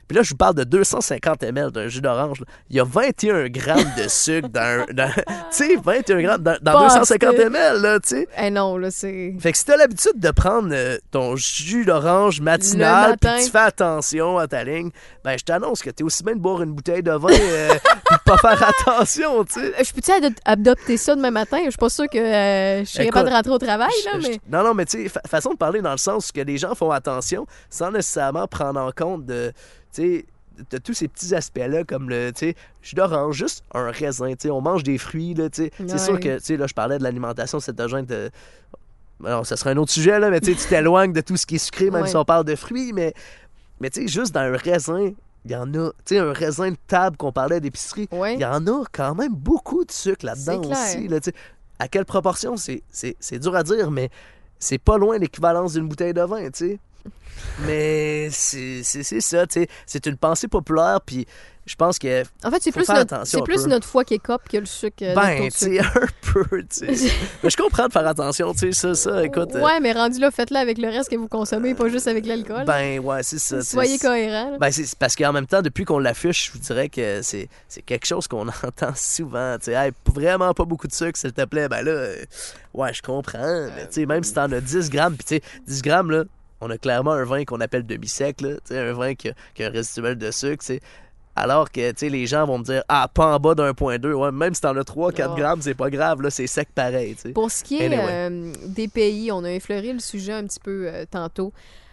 Puis là, je vous parle de deux cent cinquante millilitres d'un jus d'orange. Là. Il y a vingt et un grammes de sucre dans... dans tu sais, vingt et un grammes dans, dans deux cent cinquante millilitres, là, tu sais. Eh non, là, c'est... Fait que si t'as l'habitude de prendre euh, ton jus d'orange matinal puis que tu fais attention à ta ligne, ben je t'annonce que t'es aussi bien de boire une bouteille de vin euh, puis de pas faire attention, tu sais. Je peux-tu ad- adopter ça demain matin? Je suis pas sûre que euh, je serais pas de rentrer au travail, là, je, mais... Je, non, non, mais tu sais, fa- façon de parler dans le sens que les gens font attention sans nécessairement prendre en compte de, tu sais, de tous ces petits aspects-là, comme le, tu sais, jus d'orange, juste un raisin, tu sais, on mange des fruits, là, tu sais. Ouais. C'est sûr que, tu sais, là, je parlais de l'alimentation cétogène de... Alors, ça serait un autre sujet, là, mais tu sais, tu t'éloignes de tout ce qui est sucré, même ouais. si on parle de fruits, mais, mais tu sais, juste dans un raisin, il y en a, tu sais, un raisin de table qu'on parlait d'épicerie, il ouais. y en a quand même beaucoup de sucre là-dedans aussi, là, tu sais. À quelle proportion, c'est, c'est, c'est dur à dire, mais c'est pas loin l'équivalence d'une bouteille de vin, tu sais. Mais c'est, c'est, c'est ça, tu sais. C'est une pensée populaire, puis je pense que. En fait, c'est plus, notre, c'est plus notre foie qui est cop que le sucre. Ben, tu sais, un peu, tu sais. Mais je comprends de faire attention, tu sais, ça, ça, écoute. Ouais, euh... mais rendu là, faites-le avec le reste que vous consommez, pas juste avec l'alcool. Ben, ouais, c'est ça. Soyez cohérents. Ben, c'est parce qu'en même temps, depuis qu'on l'affiche, je vous dirais que c'est, c'est quelque chose qu'on entend souvent, tu sais. Hey, vraiment pas beaucoup de sucre, s'il te plaît. Ben là, euh, ouais, je comprends. Mais tu sais, même si t'en as dix grammes, puis tu sais, dix grammes, là, on a clairement un vin qu'on appelle demi-sec, là, tu sais, un vin qui a, qui a un résiduel de sucre, tu sais. Alors que, tu sais, les gens vont me dire, ah, pas en bas d'un point deux. Ouais, même si t'en as trois quatre oh. grammes, c'est pas grave, là, c'est sec pareil, tu sais. Pour ce qui est anyway. euh, des pays, on a effleuré le sujet un petit peu euh, tantôt.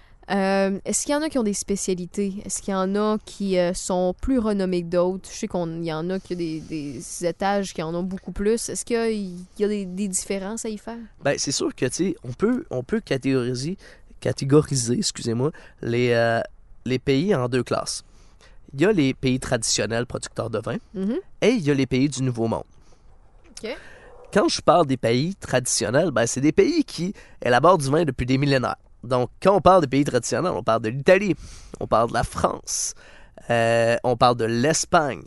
Euh, est-ce qu'il y en a qui ont des spécialités? Est-ce qu'il y en a qui euh, sont plus renommés que d'autres? Je sais qu'il y en a qui ont des, des étages qui en ont beaucoup plus. Est-ce qu'il y a, il y a des, des différences à y faire? Ben, c'est sûr que, tu sais, on peut, on peut catégoriser, catégoriser, excusez-moi, les, euh, les pays en deux classes. Il y a les pays traditionnels producteurs de vin mm-hmm. et il y a les pays du Nouveau Monde. Okay. Quand je parle des pays traditionnels, ben, c'est des pays qui élaborent du vin depuis des millénaires. Donc, quand on parle des pays traditionnels, on parle de l'Italie, on parle de la France, euh, on parle de l'Espagne,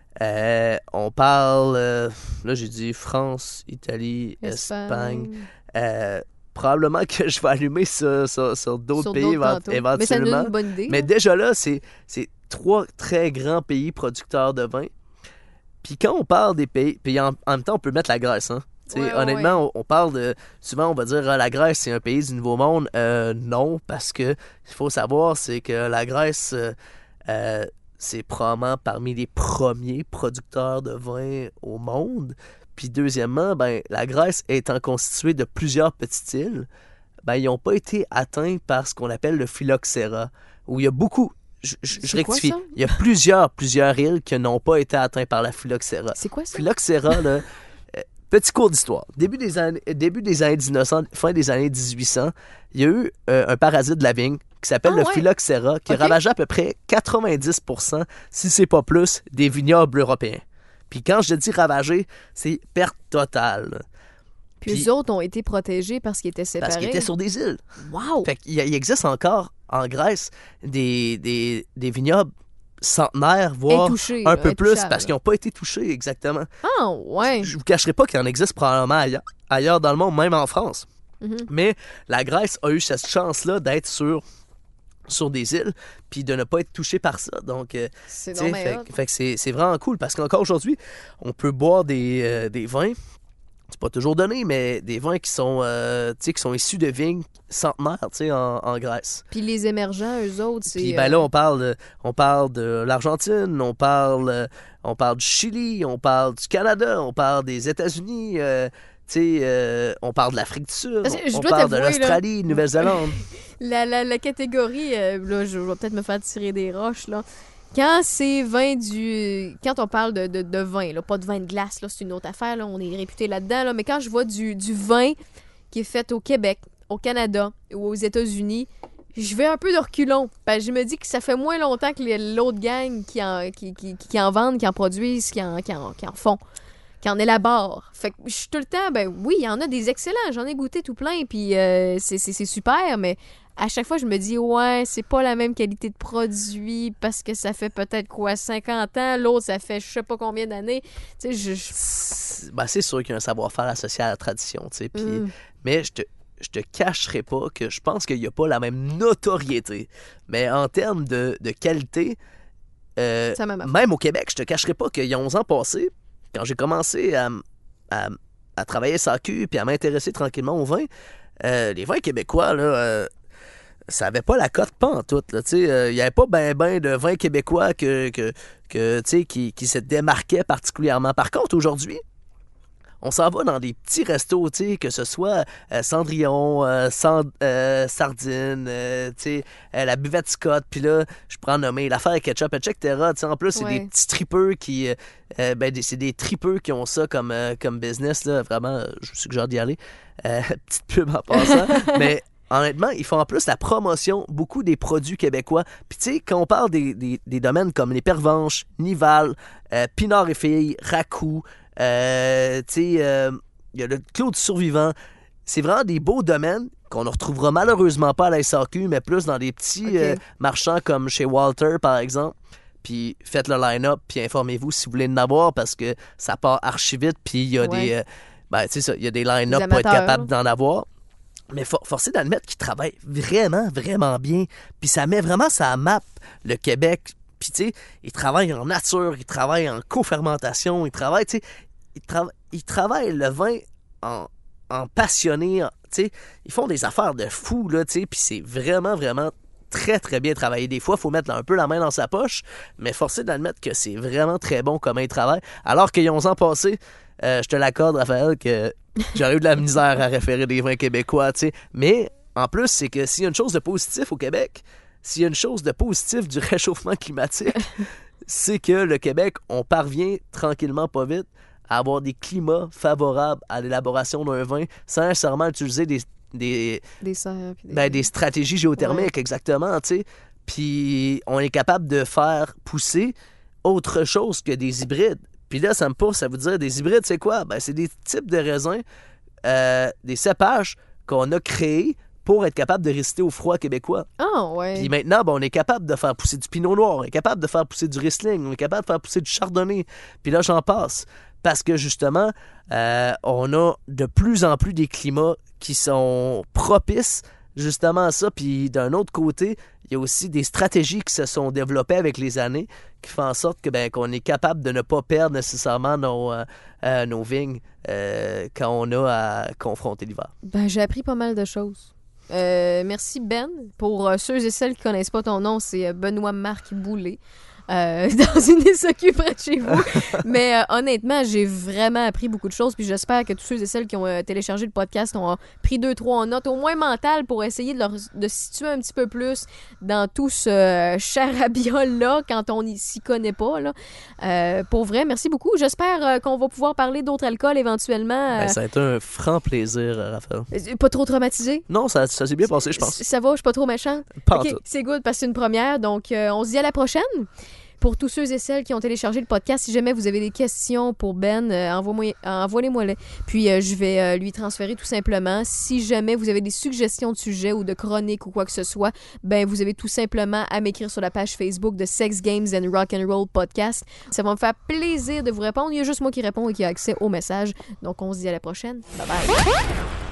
euh, on parle... Euh, là, j'ai dit France, Italie, Espagne... Espagne euh, Probablement que je vais allumer sur, sur, sur d'autres sur pays d'autres éventuellement. Mais ça nous donne une bonne idée. Mais là. Déjà là, c'est, c'est trois très grands pays producteurs de vin. Puis quand on parle des pays... Puis en, en même temps, on peut mettre la Grèce. Hein. Ouais, honnêtement, ouais. On, on parle de... Souvent, on va dire ah, la Grèce, c'est un pays du Nouveau Monde. Euh, non, parce que il faut savoir, c'est que la Grèce, euh, euh, c'est probablement parmi les premiers producteurs de vin au monde. Puis deuxièmement, ben, la Grèce étant constituée de plusieurs petites îles, ben, ils n'ont pas été atteints par ce qu'on appelle le phylloxéra, où il y a beaucoup, je, je, je rectifie, quoi, il y a plusieurs, plusieurs îles qui n'ont pas été atteintes par la phylloxéra. C'est quoi ça? Phylloxéra, là, euh, petit cours d'histoire. Début des années, début des années dix-neuf cents, fin des années dix-huit cents, il y a eu euh, un parasite de la vigne qui s'appelle ah, le ouais. phylloxéra, qui okay. ravageait à peu près quatre-vingt-dix pour cent, si c'est pas plus, des vignobles européens. Puis quand je dis ravager, c'est perte totale. Puis, Puis eux autres ont été protégés parce qu'ils étaient séparés. Parce qu'ils étaient sur des îles. Wow! Fait qu'il il existe encore en Grèce des, des, des vignobles centenaires, voire Intouchés, un peu plus, parce qu'ils n'ont pas été touchés exactement. Ah, ouais! Je ne vous cacherai pas qu'il en existe probablement ailleurs, ailleurs dans le monde, même en France. Mm-hmm. Mais la Grèce a eu cette chance-là d'être sur... sur des îles, puis de ne pas être touché par ça. Donc, euh, c'est, fait, fait que c'est, c'est vraiment cool, parce qu'encore aujourd'hui, on peut boire des, euh, des vins, c'est pas toujours donné, mais des vins qui sont, euh, qui sont issus de vignes centenaires en, en Grèce. Puis les émergents, eux autres, c'est... Puis ben là, on parle de, on parle de l'Argentine, on parle, on parle du Chili, on parle du Canada, on parle des États-Unis... Euh, Tu sais, euh, on parle de l'Afrique du Sud, on, on parle de l'Australie, là. Nouvelle-Zélande. la, la, la catégorie, euh, là, je vais peut-être me faire tirer des roches, là. Quand c'est vin du... Quand on parle de, de, de vin, là, pas de vin de glace, là, c'est une autre affaire, là, on est réputé là-dedans, là, mais quand je vois du, du vin qui est fait au Québec, au Canada ou aux États-Unis, je vais un peu de reculons. Ben, je me dis que ça fait moins longtemps que les, l'autre gang qui en, qui, qui, qui en vendent, qui en produisent, qui en, qui en, qui en font. Qui en élabore. Fait que je suis tout le temps, ben oui, il y en a des excellents, j'en ai goûté tout plein, puis euh, c'est, c'est, c'est super, mais à chaque fois, je me dis, ouais, c'est pas la même qualité de produit, parce que ça fait peut-être, quoi, cinquante ans, l'autre, ça fait je sais pas combien d'années, tu sais, je... je... C'est, ben, c'est sûr qu'il y a un savoir-faire associé à la tradition, tu sais, puis... Mm. Mais je te... Je te cacherai pas que je pense qu'il n'y a pas la même notoriété. Mais en termes de, de qualité, euh, même au Québec, je te cacherai pas qu'il y a onze ans passés, quand j'ai commencé à, à, à travailler S A Q puis à m'intéresser tranquillement au vin, euh, les vins québécois, là, euh, ça avait pas la cote pantoute. Il euh, n'y avait pas ben ben de vins québécois que, que, que, qui, qui se démarquaient particulièrement. Par contre, aujourd'hui, on s'en va dans des petits restos, que ce soit euh, Cendrillon, euh, Sand, euh, Sardine, euh, euh, la Buvette Scott, puis là, je prends nommer l'affaire Ketchup, et cetera. En plus, c'est ouais. des petits tripeux qui... Euh, ben, c'est des tripeux qui ont ça comme, euh, comme business, là. Vraiment, je vous suggère d'y aller. Euh, petite pub en passant. Mais honnêtement, ils font en plus la promotion beaucoup des produits québécois. Puis tu sais, quand on parle des, des, des domaines comme les Pervenches, Nival, euh, Pinard et Filles, Racou, Euh, tu sais, il euh, y a le Clos du Survivant. C'est vraiment des beaux domaines qu'on ne retrouvera malheureusement pas à la S A Q, mais plus dans des petits okay. euh, marchands comme chez Walter, par exemple. Puis faites le line-up, puis informez-vous si vous voulez en avoir, parce que ça part archi vite, puis il y a ouais. des... Euh, ben, tu sais ça, il y a des line-up pour être capable d'en avoir. Mais for- forcé d'admettre qu'ils travaillent vraiment, vraiment bien. Puis ça met vraiment sa map, le Québec. Puis, tu sais, ils travaillent en nature, ils travaillent en co-fermentation, ils travaillent, tu sais, ils, tra- ils travaillent le vin en, en passionné, tu sais, ils font des affaires de fou, là, tu sais, puis c'est vraiment, vraiment très, très bien travaillé. Des fois, il faut mettre un peu la main dans sa poche, mais forcé d'admettre que c'est vraiment très bon comment ils travaillent. Alors qu'il y a onze ans passés, euh, je te l'accorde, Raphaël, que j'aurais eu de la misère à référer des vins québécois, tu sais, mais en plus, c'est que s'il y a une chose de positif au Québec, s'il y a une chose de positif du réchauffement climatique, c'est que le Québec, on parvient tranquillement, pas vite, à avoir des climats favorables à l'élaboration d'un vin sans nécessairement utiliser des, des, des, serres, des... Ben, des stratégies géothermiques, ouais. exactement, tu sais. Puis on est capable de faire pousser autre chose que des hybrides. Puis là, ça me pousse à vous dire, des hybrides, c'est quoi? Ben, c'est des types de raisins, euh, des cépages qu'on a créés pour être capable de résister au froid québécois. Ah, oh, ouais. Puis maintenant, ben, on est capable de faire pousser du pinot noir, on est capable de faire pousser du Riesling, on est capable de faire pousser du chardonnay. Puis là, j'en passe. Parce que justement, euh, on a de plus en plus des climats qui sont propices justement à ça. Puis d'un autre côté, il y a aussi des stratégies qui se sont développées avec les années qui font en sorte que ben, qu'on est capable de ne pas perdre nécessairement nos, euh, euh, nos vignes euh, quand on a à confronter l'hiver. Ben, j'ai appris pas mal de choses. Euh, merci Ben. Pour euh, ceux et celles qui ne connaissent pas ton nom, c'est Benoît-Marc Boulay. Euh, dans une S A Q près de chez vous. Mais euh, honnêtement, j'ai vraiment appris beaucoup de choses. Puis j'espère que tous ceux et celles qui ont euh, téléchargé le podcast ont euh, pris deux, trois en note, au moins mentales, pour essayer de, leur, de se situer un petit peu plus dans tout ce euh, charabia-là quand on s'y connaît pas. Là. Euh, pour vrai, merci beaucoup. J'espère euh, qu'on va pouvoir parler d'autres alcools éventuellement. Euh... Ben, ça a été un franc plaisir, Raphaël. Pas trop traumatisé? Non, ça, ça s'est bien passé, je pense. Ça va, je suis pas trop méchante? Pas OK, c'est good parce que c'est une première. Donc, euh, on se dit à la prochaine. Pour tous ceux et celles qui ont téléchargé le podcast, si jamais vous avez des questions pour Ben, euh, envoie-moi, envoyez-moi-les. Puis euh, je vais euh, lui transférer tout simplement. Si jamais vous avez des suggestions de sujets ou de chroniques ou quoi que ce soit, ben vous avez tout simplement à m'écrire sur la page Facebook de Sex Games and Rock and Roll Podcast. Ça va me faire plaisir de vous répondre. Il y a juste moi qui réponds et qui a accès au message. Donc on se dit à la prochaine. Bye bye.